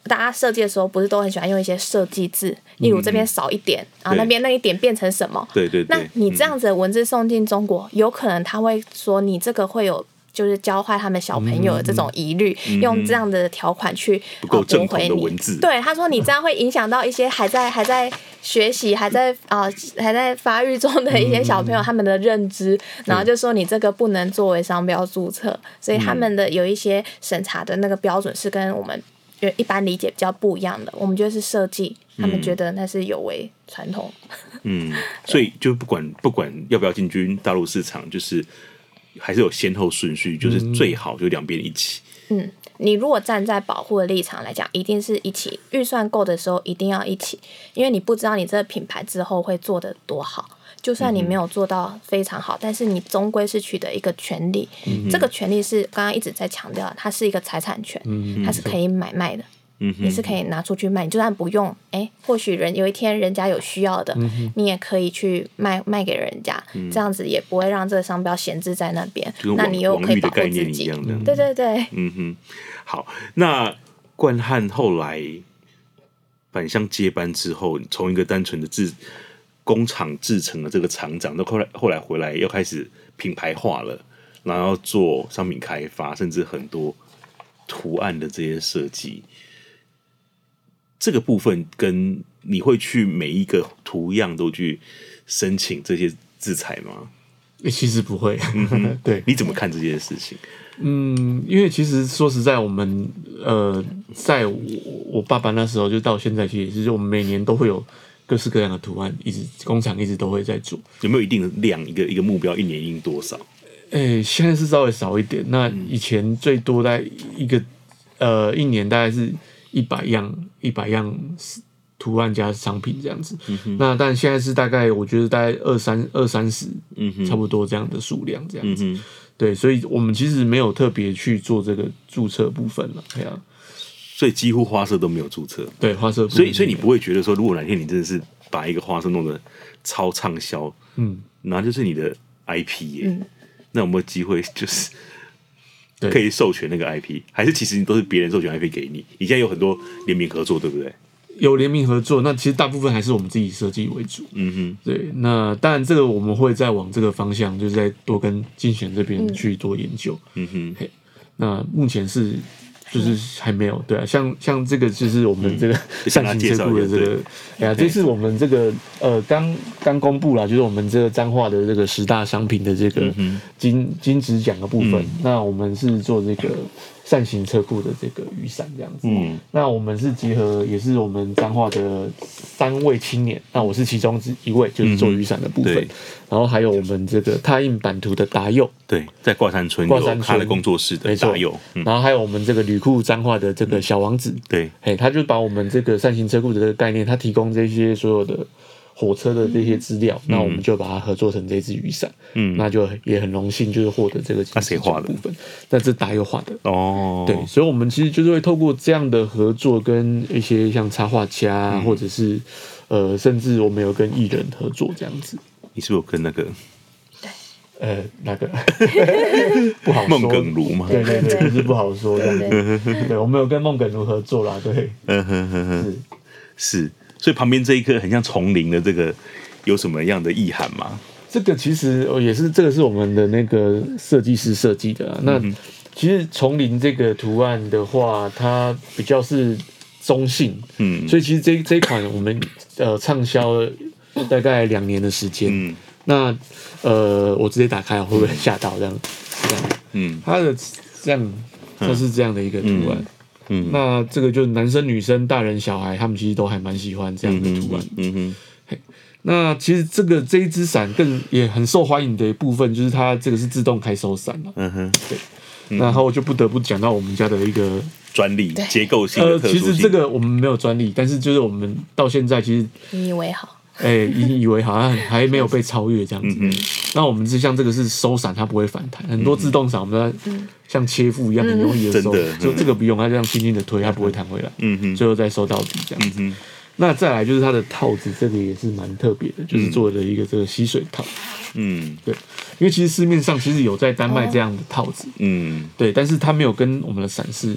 大家设计的时候不是都很喜欢用一些设计字，例如这边少一点，然后那边那一点变成什么？ 对对对。 那你这样子的文字送进中国，有可能他会说你这个会有就是教坏他们小朋友的这种疑虑，嗯、用这样的条款去不够正统的文字。 对，他说你这样会影响到一些还在还在学习、还在啊、呃、还在发育中的一些小朋友、嗯、他们的认知，然后就说你这个不能作为商标注册，所以他们的有一些审查的那个标准是跟我们一般理解比较不一样的。我们觉得是设计，他们觉得那是有违传统。 嗯，所以就不管不管要不要进军大陆市场，就是还是有先后顺序，就是最好就两边一起。嗯， 你如果站在保护的立场来讲，一定是一起。预算够的时候一定要一起，因为你不知道你这个品牌之后会做得多好。就算你没有做到非常好，嗯、但是你终归是取得一个权利。嗯、这个权利是刚刚一直在强调，它是一个财产权，嗯、它是可以买卖的。嗯、你是可以拿出去卖，你就算不用，哎，或许人有一天人家有需要的，嗯、你也可以去卖卖给人家，嗯、这样子也不会让这个商标闲置在那边。那你又可以保护自己。对对对， 嗯哼。好，那冠汉后来返乡接班之后，从一个单纯的制工厂制成的这个厂长，到后来后来回来要开始品牌化了，然后要做商品开发，甚至很多图案的这些设计。这个部分跟你会去每一个图样都去申请这些字彩吗？ 其实不会。嗯、对， 你怎么看这件事情？ 嗯，因为其实说实在，我们呃，在我我爸爸那时候就到现在，其实也是我们每年都会有各式各样的图案，一直工厂一直都会在做。 有没有一定的量，一个一个目标，一年印多少？ 诶、欸，现在是稍微少一点。那以前最多大概一个呃一年大概是一百样，一百样图案加商品这样子。嗯、那但现在是大概我觉得大概二三二三十，嗯，差不多这样的数量这样子。嗯、对，所以我们其实没有特别去做这个注册部分了，对啊。 所以几乎花色都没有注册。 对，花色部分。 所以所以你不会觉得说，如果哪天你真的是把一个花色弄得超畅销，嗯，然后就是你的 I P 耶，嗯、那有没有机会就是可以授权那个 I P？ 还是其实你都是别人授权 I P 给你？你现在有很多联名合作，对不对？ 有联名合作，那其实大部分还是我们自己设计为主。嗯哼，对。那当然，这个我们会再往这个方向，就是再多跟竞选这边去做研究。嗯哼，嘿，那目前是就是还没有，对啊，像像这个就是我们这个扇形车库的这个，哎呀，这是我们这个呃刚刚公布了，就是我们这个彰化的这个十大商品的这个金金质奖的部分。嗯、那我们是做这个扇形车库的这个雨伞这样子。嗯，那我们是结合也是我们彰化的三位青年，那我是其中之一位，就是做雨伞的部分。嗯、然后还有我们这个拓印版图的达佑， 对，在挂山村有他的工作室的达佑。 嗯、然后还有我们这个旅库彰化的这个小王子， 对， 嘿，他就把我们这个扇形车库的这个概念，他提供这些所有的火车的这些资料，嗯、那我们就把它合作成这支雨伞，嗯，那就也很荣幸，就是获得这个金质奖部分。那这达佑画的哦，对，所以我们其实就是会透过这样的合作，跟一些像插画家，嗯、或者是呃，甚至我们有跟艺人合作这样子。 你是不是有跟那个？ 呃，那个不好说， 孟耿如吗？ 对对对，就是不好说这样子。对，我们有跟孟耿如合作啦，对，嗯哼哼哼， 是是，所以旁边这一颗很像丛林的这个有什么样的意涵吗？ 这个其实也是，这个是我们的那个设计师设计的、啊。那、嗯、其实丛林这个图案的话，它比较是中性，嗯，所以其实这这一款我们呃畅销了大概两年的时间，嗯。那呃，我直接打开会不会吓到这样？这样，嗯，它的这样，它是这样的一个图案，嗯，嗯那这个就男生、女生、大人、小孩，他们其实都还蛮喜欢这样的图案，嗯哼。嘿那其实这个这一支伞更也很受欢迎的一部分，就是它这个是自动开收伞了，嗯哼，对。嗯、然后就不得不讲到我们家的一个专利结构性的特殊性。 呃，其实这个我们没有专利，但是就是我们到现在其实引以为豪。 哎、欸，引以为豪，像还没有被超越这样子。嗯、那我们是像这个是收伞，它不会反弹。很多自动伞我们在像切腹一样很容易的收，嗯、就这个不用，它这样轻轻的推，它不会弹回来。嗯哼，最后再收到底这样子。嗯、那再来就是它的套子，这个也是蛮特别的，就是做了一个这个吸水套。嗯，对，因为其实市面上其实有在丹麦这样的套子。嗯，对，但是它没有跟我们的伞是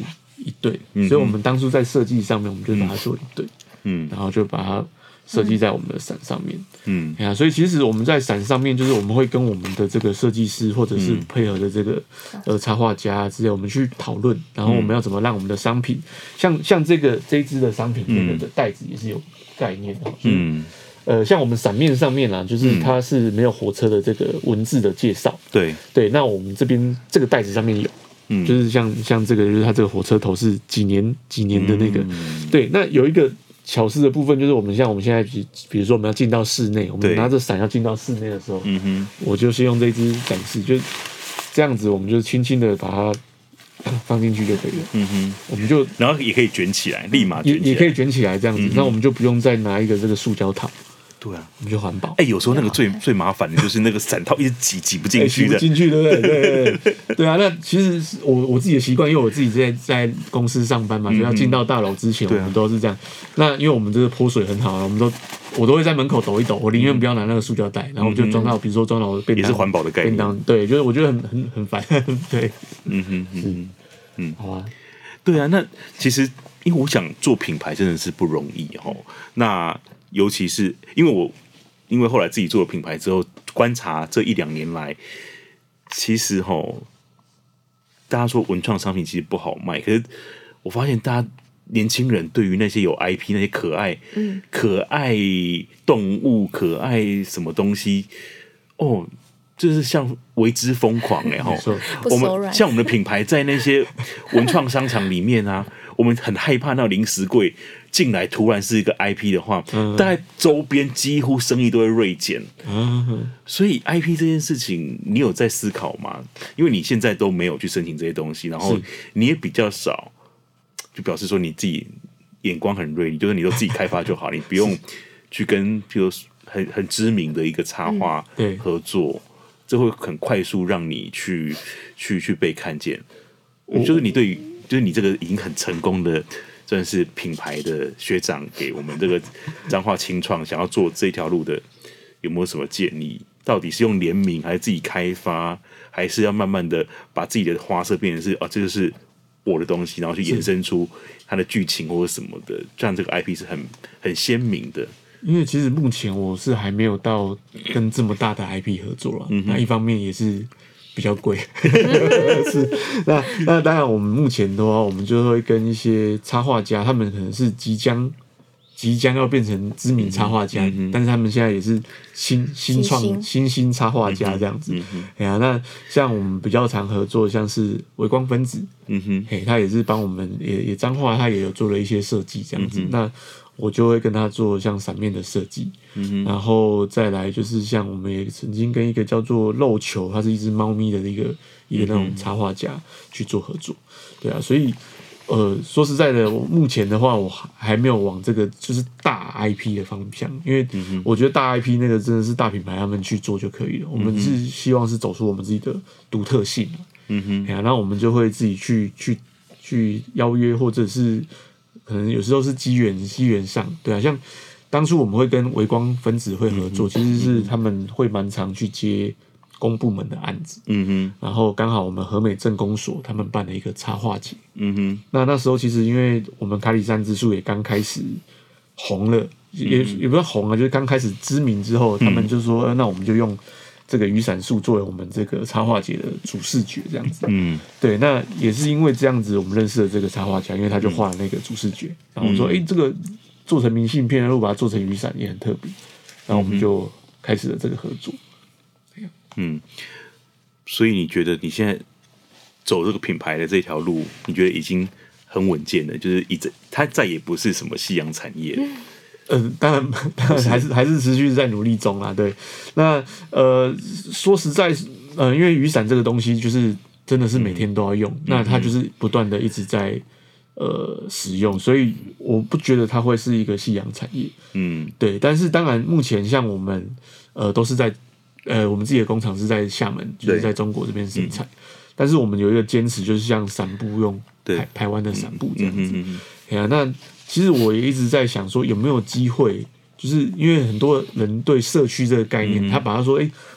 一对，嗯、所以我们当初在设计上面，我们就把它做一对， 嗯， 然后就把它设计在我们的伞上面， 嗯， 啊，所以其实我们在伞上面，就是我们会跟我们的这个设计师或者是配合的这个、嗯、呃插画家之类，我们去讨论，然后我们要怎么让我们的商品，嗯、像像这个这一支的商品，这个的袋子也是有概念的，嗯。呃，像我们伞面上面啊，就是它是没有火车的这个文字的介绍。嗯、 对对，那我们这边这个袋子上面有，嗯，就是像像这个，就是它这个火车头是几年几年的那个，嗯、对。那有一个巧思的部分，就是我们像我们现在比比如说我们要进到室内，我们拿着伞要进到室内的时候，嗯哼，我就先用这支展示，就这样子，我们就轻轻的把它。放进去就可以了，嗯哼，我们就然后也可以卷起来，立马卷起来， 也也可以卷起来这样子，嗯、那我们就不用再拿一个这个塑胶套， 对啊， 我们就环保。 哎、欸，有时候那个最最麻烦的就是那个伞套一直挤挤不进去的， 欸、挤不进去，对不对？对对对，对啊。那其实我我自己的习惯，因为我自己在在公司上班嘛，所以要进到大楼之前，我们都是这样。那因为我们这个泼水很好，我们都我都会在门口抖一抖，我宁愿不要拿那个塑胶袋，然后我就装到，比如说装到我的便当， 也是环保的概念。 便当对，就是我觉得很很很烦，对， 嗯哼嗯哼。 嗯，好啊， 对啊，那其实因为我想做品牌真的是不容易哦。那尤其是因为我因为后来自己做了品牌之后，观察这一两年来，其实哈，大家说文创商品其实不好卖，可是我发现大家年轻人对于那些有 I P 那些可爱、嗯、可爱动物、可爱什么东西哦。就是像为之疯狂哎、欸、哈，我们像我们的品牌在那些文创商场里面啊，我们很害怕那种零食柜进来突然是一个 I P 的话，嗯、大概周边几乎生意都会锐减。嗯、所以 I P 这件事情，你有在思考吗？因为你现在都没有去申请这些东西，然后你也比较少，就表示说你自己眼光很锐利，就是你都自己开发就好，你不用去跟比如很很知名的一个插画合作。嗯这会很快速让你去去去被看见，就是你对于就是你这个已经很成功的算是品牌的学长，给我们这个彰化青创想要做这条路的，有没有什么建议？到底是用联名，还是自己开发，还是要慢慢的把自己的花色变成是哦，这就是我的东西，然后去衍生出它的剧情或者什么的，这样这个 I P 是很很鲜明的。 因为其实目前我是还没有到跟这么大的 I P 合作了，嗯、那一方面也是比较贵，是那那当然我们目前的话，我们就会跟一些插画家，他们可能是即将即将要变成知名插画家，嗯、但是他们现在也是新新创新兴插画家这样子。哎呀、嗯，那像我们比较常合作，像是微光分子，嗯哼，嘿，他也是帮我们也也彰化，他也有做了一些设计这样子。嗯、那我就会跟他做像伞面的设计，嗯、然后再来就是像我们也曾经跟一个叫做肉球，它是一只猫咪的一个一个那种插画家去做合作，对啊，所以呃说实在的，我目前的话我还没有往这个就是大 I P 的方向，因为我觉得大 I P 那个真的是大品牌他们去做就可以了，我们是希望是走出我们自己的独特性，嗯哼，然后我们就会自己去去去邀约或者是。可能有时候是机缘机缘上，对啊，像当初我们会跟微光分子会合作，嗯、其实是他们会蛮常去接公部门的案子，嗯哼，然后刚好我们和美镇公所他们办了一个插画节，嗯哼，那那时候其实因为我们卡里山之树也刚开始红了，也也不是红啊，就是刚开始知名之后，他们就说，呃、那我们就用。这个雨伞树作为我们这个插画节的主视觉，这样子，嗯，对，那也是因为这样子，我们认识了这个插画家，因为他就画了那个主视觉，然后我说，哎、欸，这个做成明信片，如果把它做成雨伞也很特别，然后我们就开始了这个合作。 嗯，所以你觉得你现在走这个品牌的这条路，你觉得已经很稳健了，就是一直它再也不是什么夕阳产业了。嗯呃，当然，当然还是还是持续在努力中啦。对，那呃，说实在，呃，因为雨伞这个东西就是真的是每天都要用，嗯、那它就是不断的一直在呃使用，所以我不觉得它会是一个夕阳产业。嗯，对。但是当然，目前像我们呃都是在呃我们自己的工厂是在厦门，就是在中国这边生产，嗯、但是我们有一个坚持，就是像伞布用台台湾的伞布这样子。嗯嗯嗯啊，那。其实我也一直在想说，有没有机会，就是因为很多人对社区这个概念，嗯、他把他说，哎、欸，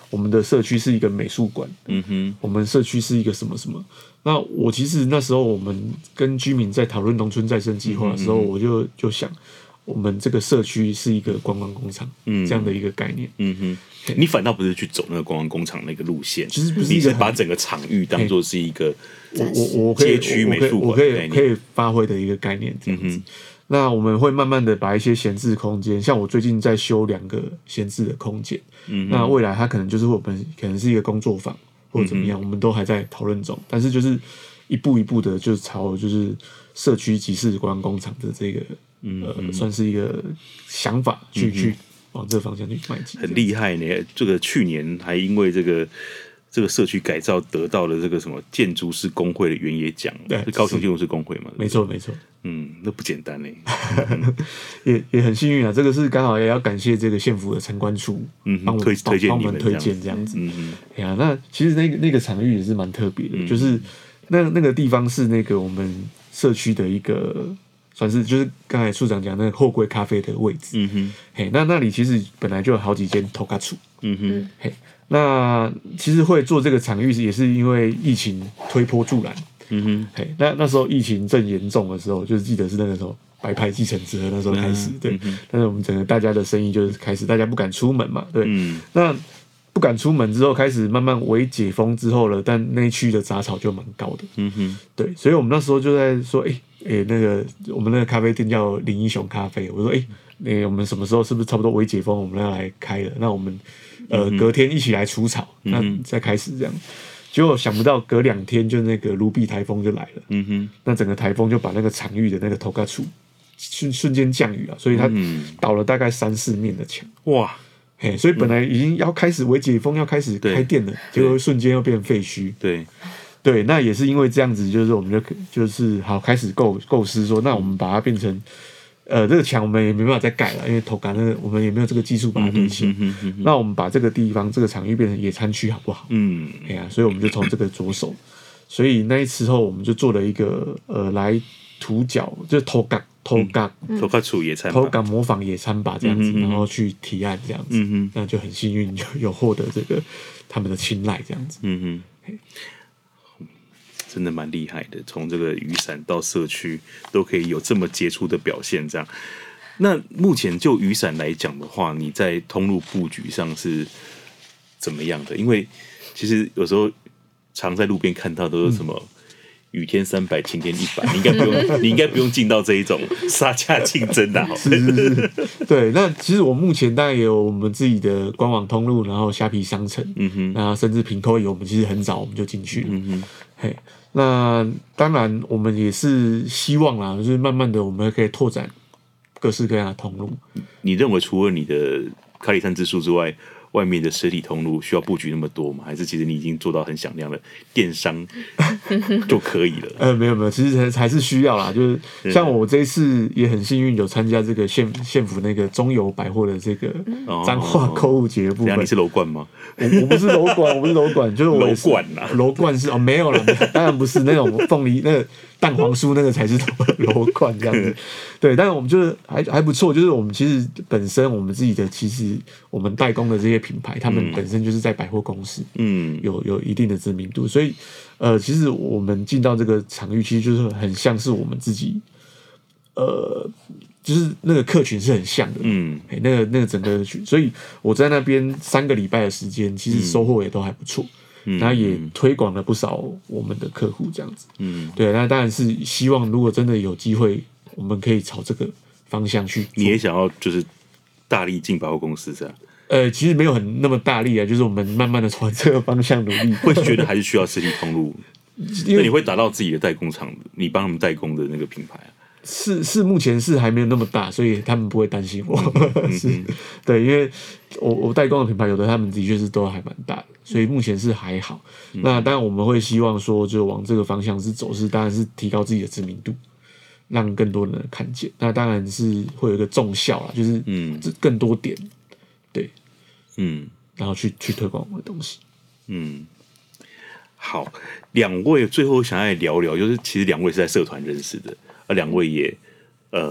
我们的社区是一个美术馆， 嗯哼， 我们社区是一个什么什么。那我其实那时候我们跟居民在讨论农村再生计划的时候，嗯、我就就想，我们这个社区是一个观光工厂，嗯，这样的一个概念。 嗯哼，你反倒不是去走那个观光工厂那个路线， 其实不是， 你是把整个场域当作是一个我我我街区美术馆，我可以可以发挥的一个概念这样子。嗯，那我们会慢慢的把一些闲置空间，像我最近在修两个闲置的空间，嗯，那未来它可能就是我们可能是一个工作坊或者怎么样，嗯、我们都还在讨论中，但是就是一步一步的就朝就是社区集市观光工厂的这个。嗯、呃，算是一个想法去、嗯、去往这个方向去迈进， 很厉害呢。这个去年还因为这个这个社区改造得到了这个什么建筑师工会的原野奖， 对， 是高雄建筑师工会嘛？ 没错，没错。 嗯，那不简单呢， 嗯、也也很幸运啊。这个是刚好也要感谢这个县府的城管处，嗯，帮我推推荐你们推荐这样子。 嗯嗯， 哎呀，那其实那个那个场域也是蛮特别的，嗯、就是那那个地方是那个我们社区的一个。算是就是刚才处长讲那个货柜咖啡的位置，嗯哼，嘿，那那里其实本来就有好几间头咖处，嗯哼，嘿，那其实会做这个场域也是因为疫情推波助澜，嗯哼，嘿，那那时候疫情正严重的时候，就是记得是那个时候白牌计程车那时候开始，嗯、对，嗯、但是我们整个大家的生意就是开始大家不敢出门嘛，对，嗯、那不敢出门之后开始慢慢微解封之后了，但那一区的杂草就蛮高的，嗯哼，对，所以我们那时候就在说，哎、欸。诶、欸，那个我们那个咖啡店叫林英雄咖啡，我说，诶、欸欸，我们什么时候是不是差不多微解封，我们要来开了？那我们呃、嗯、隔天一起来除草，嗯、那再开始这样。结果想不到隔两天就那个卢比台风就来了，嗯哼，那整个台风就把那个场域的那个头盖处瞬瞬间降雨了，所以它倒了大概三四面的墙，哇！嘿，所以本来已经要开始微解封，要开始开店了，结果瞬间又变废墟， 对。 对，那也是因为这样子，就是我们就就是好开始构构思说，那我们把它变成，呃，这个墙我们也没办法再改了，因为头杆那个我们也没有这个技术把它兑现。嗯嗯、那我们把这个地方这个场域变成野餐区好不好？嗯，哎呀、啊，所以我们就从这个着手，所以那时候我们就做了一个呃来涂角，就是头杆头杆头杆处野餐， 头杆模仿野餐吧这样子，嗯、然后去提案这样子，嗯、那就很幸运就有获得这个他们的青睐这样子。嗯哼。 真的蛮厉害的，从这个雨伞到社区都可以有这么杰出的表现。这样，那目前就雨伞来讲的话，你在通路布局上是怎么样的？因为其实有时候常在路边看到都是什么。嗯雨天三百，晴天一百，你应该不用，你应该不用进到这一种杀价竞争的。 是是是，对。那其实我目前当然也有我们自己的官网通路，然后虾皮商城，嗯哼，那甚至品扣也，我们其实很早我们就进去了，嗯哼，嘿。那当然我们也是希望啦，就是慢慢的我们可以拓展各式各样的通路。 你认为除了你的卡里山之书之外？外面的实体通路需要布局那么多吗？还是其实你已经做到很响亮的电商就可以了？ 呃，没有没有，其实还是需要啦。就是像我这一次也很幸运有参加这个县县府那个中友百货的这个彰化购物节的部分。 哦、你是楼冠吗？ 我我不是楼冠，我不是楼冠，就是我楼冠啦。 楼冠是哦，没有啦，当然不是那种凤梨那个蛋黄酥那个才是楼冠这样子。对，但是我们就是还还不错，就是我们其实本身我们自己的其实我们代工的这些品牌，他们本身就是在百货公司，嗯，有有一定的知名度，所以呃，其实我们进到这个场域，其实就是很像是我们自己，呃，就是那个客群是很像的，嗯，那个那个整个群，所以我在那边三个礼拜的时间，其实收获也都还不错。嗯，然后也推广了不少我们的客户，这样子，嗯，对，那当然是希望如果真的有机会，我们可以朝这个方向去。 你也想要就是大力进百货公司这样？ 呃，其实没有很那么大力啊，就是我们慢慢的朝这个方向努力。 会觉得还是需要实体通路，那你会达到自己的代工厂，你帮他们代工的那个品牌啊？ 是是，目前是还没有那么大，所以他们不会担心我。嗯、是，对，因为我我代工的品牌有的他们的确是都还蛮大的，所以目前是还好。嗯、那当然我们会希望说，就往这个方向是走，是当然是提高自己的知名度，让更多人看见。那当然是会有一个重效啦，就是嗯，更多点，对，嗯，然后去去推广我们的东西， 嗯。好，两位最后想要来聊聊，就是其实两位是在社团认识的，而两位也，呃，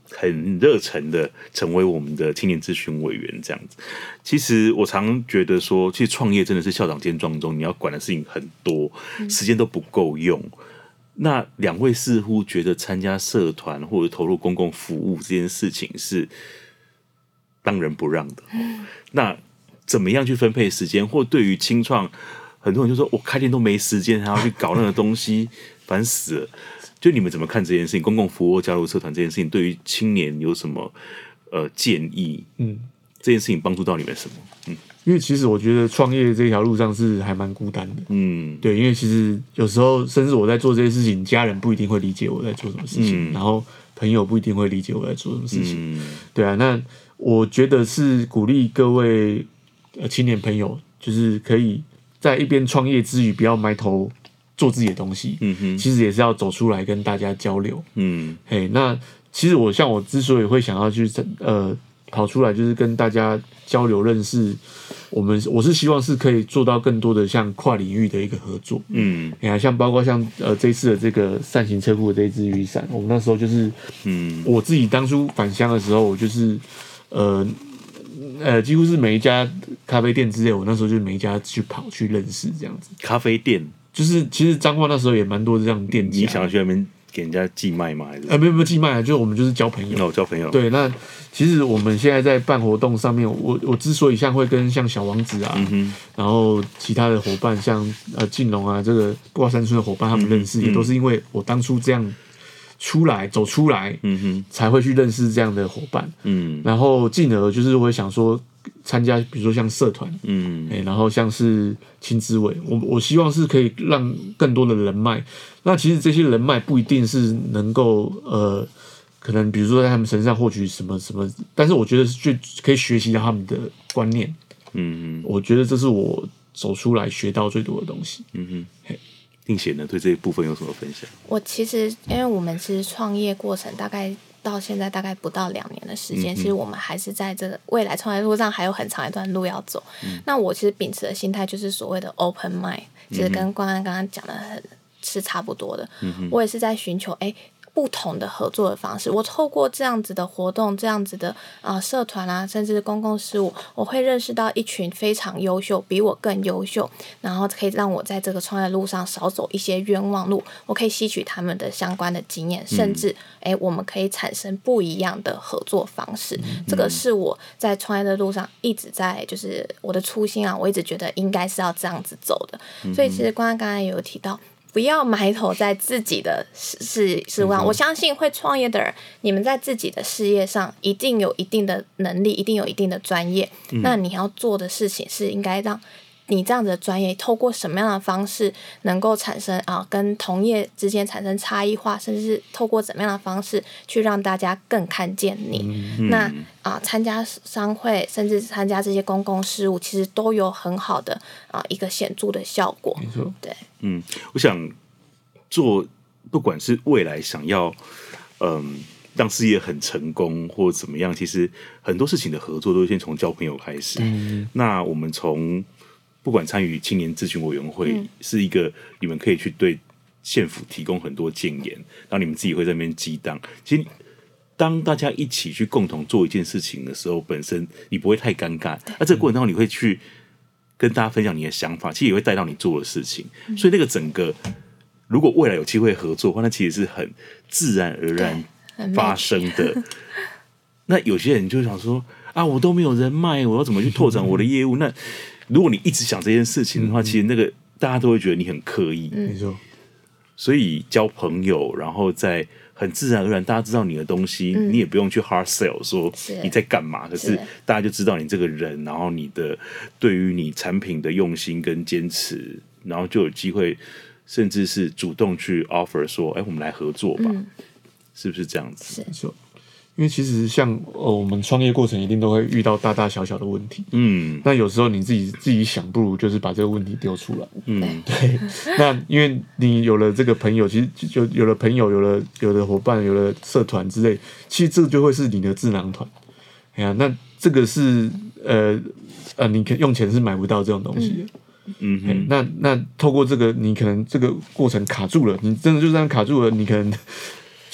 很热忱的成为我们的青年咨询委员这样子。其实我常觉得说，其实创业真的是校长兼撞钟，你要管的事情很多，时间都不够用。那两位似乎觉得参加社团或者投入公共服务这件事情是当仁不让的。那怎么样去分配时间？或对于青创，很多人就说我开店都没时间，还要去搞那个东西，烦死了。就你们怎么看这件事情？公共服务加入社团这件事情，对于青年有什么呃建议？嗯，这件事情帮助到你们什么？嗯， 因为其实我觉得创业这条路上是还蛮孤单的。嗯，对，因为其实有时候，甚至我在做这些事情，家人不一定会理解我在做什么事情，嗯、然后朋友不一定会理解我在做什么事情。嗯、对啊，那我觉得是鼓励各位呃青年朋友，就是可以在一边创业之余，不要埋头做自己的东西，嗯哼，其实也是要走出来跟大家交流，嗯，嘿，那其实我像我之所以会想要去呃跑出来，就是跟大家交流认识，我们我是希望是可以做到更多的像跨领域的一个合作，嗯，你看像包括像呃这一次的这个扇形车库的这一支雨伞，我们那时候就是，嗯，我自己当初返乡的时候，我就是呃呃几乎是每一家咖啡店之类，我那时候就每一家去跑去认识这样子， 咖啡店。 就是其实彰化那时候也蛮多这样的店家， 你想要去那边给人家寄卖吗？还是呃没有没有寄卖啊，就是我们就是交朋友。 那我交朋友。 对，那其实我们现在在办活动上面，我我之所以像会跟像小王子啊，嗯、然后其他的伙伴像呃晋龙啊，这个挂山村的伙伴他们认识，嗯、也都是因为我当初这样出来走出来，嗯哼，才会去认识这样的伙伴，嗯，然后进而就是会想说。参加比如说像社团，嗯、欸，然后像是青资委，我我希望是可以让更多的人脉。那其实这些人脉不一定是能够呃，可能比如说在他们身上获取什么什么，但是我觉得是可以学习到他们的观念。嗯，我觉得这是我走出来学到最多的东西。嗯哼， 定贤呢，对这一部分有什么分享？ 我其实因为我们其实创业过程大概。到现在大概不到两年的时间，嗯、其实我们还是在这个未来创业路上还有很长一段路要走。嗯、那我其实秉持的心态就是所谓的 open mind，其实跟关安刚刚讲的很是差不多的。嗯、我也是在寻求哎。不同的合作的方式，我透过这样子的活动，这样子的啊、呃、社团啊，甚至公共事务，我会认识到一群非常优秀，比我更优秀，然后可以让我在这个创业路上少走一些冤枉路。我可以吸取他们的相关的经验，甚至哎、嗯，我们可以产生不一样的合作方式。嗯、这个是我在创业的路上一直在，就是我的初心啊，我一直觉得应该是要这样子走的。嗯、所以其实关刚刚才也有提到。不要埋头在自己的事事事务上，我相信会创业的人，你们在自己的事业上一定有一定的能力，一定有一定的专业。嗯、那你要做的事情是应该让你这样子的专业透过什么样的方式能够产生啊，跟同业之間產生差異化，甚至是透過怎麼樣的方式去讓大家更看見你。嗯、那啊，參加商會甚至參加這些公共事務，其實都有很好的啊一個顯著的效果。 沒錯， 對， 嗯，我想做，不管是未來想要，嗯。讓事業很成功或怎麼樣，其實很多事情的合作都先從交朋友開始。嗯、那我們從不管參與青年諮詢委員會，嗯、是一個你們可以去對縣府提供很多建言，然後你們自己會在那邊激盪。其實當大家一起去共同做一件事情的時候，本身你不會太尷尬。那這個過程當中，你會去跟大家分享你的想法，其實也會帶到你做的事情。嗯、所以那個整個，如果未來有機會合作的話，那其實是很自然而然發生的。那有些人就想說啊，我都沒有人脈，我要怎麼去拓展我的業務？那如果你一直想這件事情的話，其實那個大家都會覺得你很刻意。 沒錯。 所以交朋友，然後再很自然而然，大家知道你的東西，嗯、你也不用去 hard sell 說你在幹嘛，可是大家就知道你這個人，然後你的對於你產品的用心跟堅持，然後就有機會，甚至是主動去 offer 說，哎，我們來合作吧。嗯，是不是這樣子？ 是，因為其實像呃我們創業過程一定都會遇到大大小小的問題，嗯，那有時候你自己自己想，不如就是把這個問題丟出來，嗯，對。那因為你有了這個朋友，其實就有了朋友，有了有了夥伴，有了社團之類，其實這個就會是你的智囊團。哎呀，那這個是呃呃，你可用錢是買不到這種東西的。嗯哼，那那透過這個，你可能這個過程卡住了，你真的就這樣卡住了，你可能。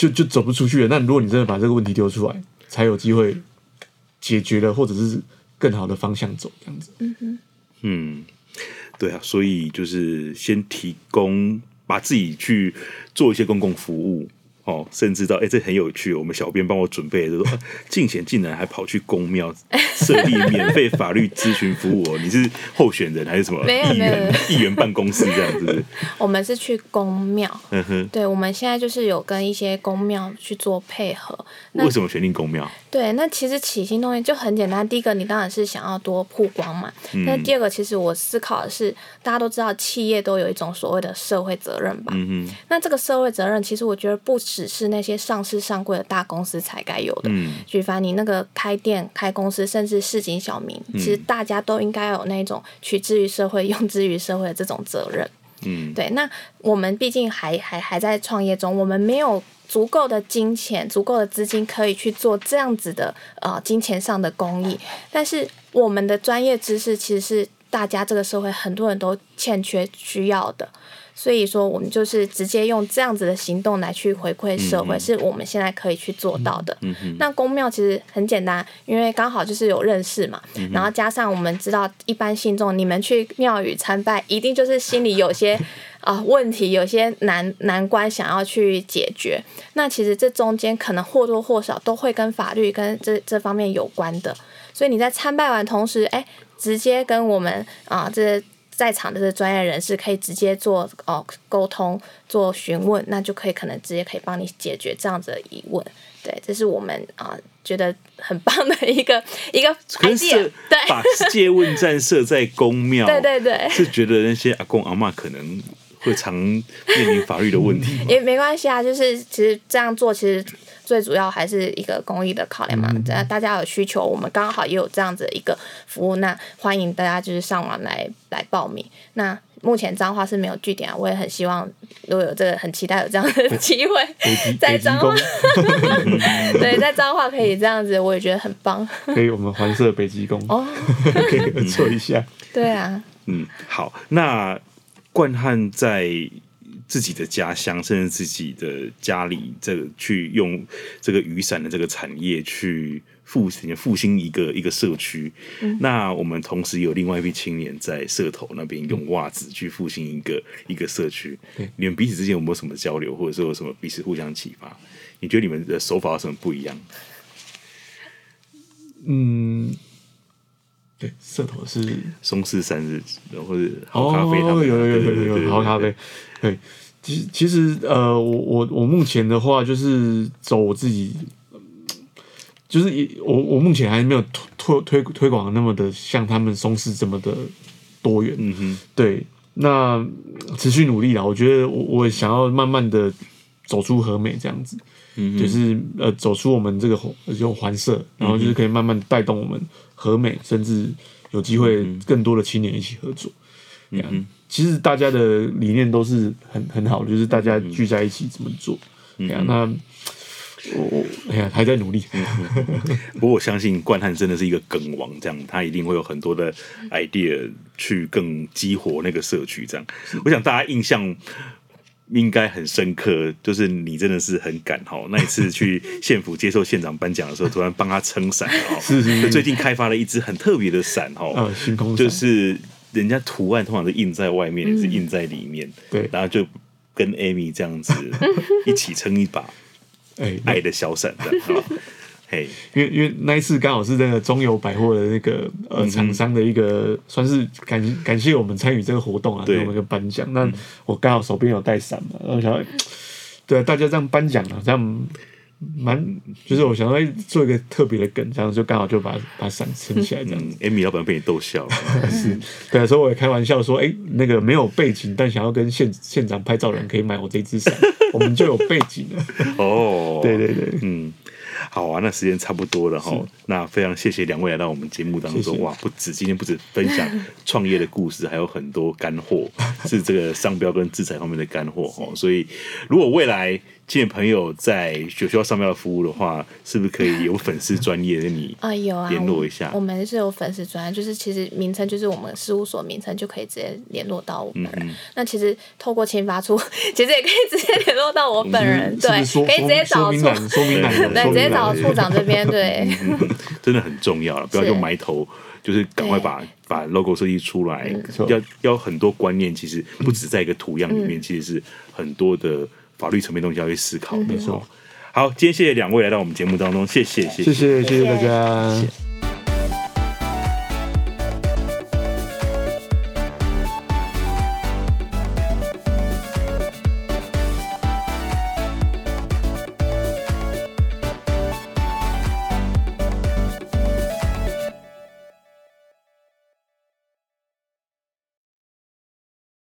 就就走不出去了。那如果你真的把这个问题丢出来，才有机会解决了，或者是更好的方向走这样子。 嗯哼， 嗯，对啊，所以就是先提供，把自己去做一些公共服务。哦，甚至到哎、欸，这很有趣。我们小编帮我准备的说，竞选竟然还跑去公庙设立免费法律咨询服务哦。你是候选人还是什么议员？议员办公室这样子？ 我们是去公庙。 嗯哼， 对，我们现在就是有跟一些公庙去做配合。 为什么选定公庙？ 对，那其实起心动念就很简单。第一个，你当然是想要多曝光嘛。 嗯、 但第二个，其实我思考的是，大家都知道企业都有一种所谓的社会责任吧。 嗯哼， 那这个社会责任，其实我觉得不只是那些上市上柜的大公司才该有的。 嗯， 举凡你那个开店、开公司，甚至市井小民， 嗯、 其实大家都应该有那种取之于社会、用之于社会的这种责任。 嗯， 对。那我们毕竟还还还在创业中，我们没有足够的金钱、足够的资金可以去做这样子的呃金钱上的公益，但是我们的专业知识其实是大家这个社会很多人都欠缺需要的。所以说，我们就是直接用这样子的行动来去回馈社会，嗯、是我们现在可以去做到的。 嗯、 那公庙其实很简单，因为刚好就是有认识嘛， 嗯、 然后加上我们知道一般信众，你们去庙宇参拜，一定就是心里有些啊、呃、问题，有些难难关想要去解决。那其实这中间可能或多或少都会跟法律跟这这方面有关的。所以你在参拜完同时，哎，直接跟我们啊、呃、这。在场的这专业人士可以直接做哦沟通、做询问，那就可以可能直接可以帮你解决这样子的疑问。对，这是我们啊、呃、觉得很棒的一个一个 idea。对， 把借问站设在公庙， 对对对， 是觉得那些阿公阿嬷可能会常面临法律的问题。 也没关系啊，就是其实这样做其实。最主要还是一个公益的考量嘛，嗯、大家有需求，我们刚好也有这样子的一个服务，那欢迎大家就是上网来来报名。那目前彰化是没有据点啊，我也很希望如果有这个，很期待有这样的机会，在彰化，对，在彰化可以这样子，我也觉得很棒。 可以，我们环社北极宫哦，可以合作一下。 对啊， 嗯，好，那冠汉在。自己的家乡，甚至自己的家里，这个去用这个雨伞的这个产业去复兴复兴一个一个社区。嗯、那我们同时有另外一批青年在社头那边用袜子去复兴一个一个社区。你们彼此之间有没有什么交流，或者说有什么彼此互相启发？你觉得你们的手法有什么不一样？ 嗯。对，社头是松氏三日，或者好咖啡他们， 哦，有有有有有好咖啡。对，其实其实呃，我我我目前的话就是走我自己，就是我我目前还没有推推推广那么的像他们松氏这么的多元。 嗯哼， 对，那持续努力啦。我觉得我我想要慢慢的走出和美这样子。嗯、就是呃，走出我们这个就环社，然后就是可以慢慢带动我们和美，甚至有机会更多的青年一起合作。嗯嗯、其实大家的理念都是很很好的，就是大家聚在一起怎么做。嗯、那我哎呀还在努力。 嗯、不过我相信冠汉真的是一个梗王，这样他一定会有很多的 idea 去更激活那个社区。这样，我想大家印象。应该很深刻，就是你真的是很敢哈！那一次去县府接受县长颁奖的时候，突然帮他撑伞哈。 是是是。 最近开发了一支很特别的伞哈， 呃，星空伞， 就是人家图案通常是印在外面，也、嗯、是印在里面。 对， 然后就跟 Amy 这样子一起撑一把爱的小伞这样哈。Hey, 因为因为那一次刚好是那个中友百货的那个呃厂商的一个、嗯、算是感感谢我们参与这个活动啊，给我们一个颁奖。那我刚好手边有带伞嘛，然后想，对大家这样颁奖啊，这样蛮就是我想要做一个特别的梗，这样就刚好就把把伞撑起来这样子。 嗯、Amy 老板被你逗笑了， 是，对啊，所以我也开玩笑说，哎、欸，那个没有背景但想要跟县县长拍照的人可以买我这支伞，我们就有背景了。 哦， 对对对， 嗯。好啊，那时间差不多了哈。那非常谢谢两位来到我们节目当中，谢谢哇，不止今天不止分享创业的故事，还有很多干货，是这个商标跟制裁方面的干货哈。所以如果未来青年朋友在有需要商标服务的话，是不是可以有粉丝专业跟你啊有啊联络一下？ 我们是有粉丝专业，就是其实名称就是我们事务所名称，就可以直接联络到我本人。嗯、那其实透过青发处，其实也可以直接联络到我本人，对， 是是可以直接找处说明栏， 对，直接找处长这边，对、 嗯嗯，真的很重要了，不要就埋头。就是赶快把把 logo 设计出来，嗯、要要很多观念，其实不只在一个图样里面，嗯、其实是很多的法律层面东西要去思考的。没错、嗯。好，今天谢谢两位来到我们节目当中，谢谢，谢谢，谢谢谢谢大家。谢谢。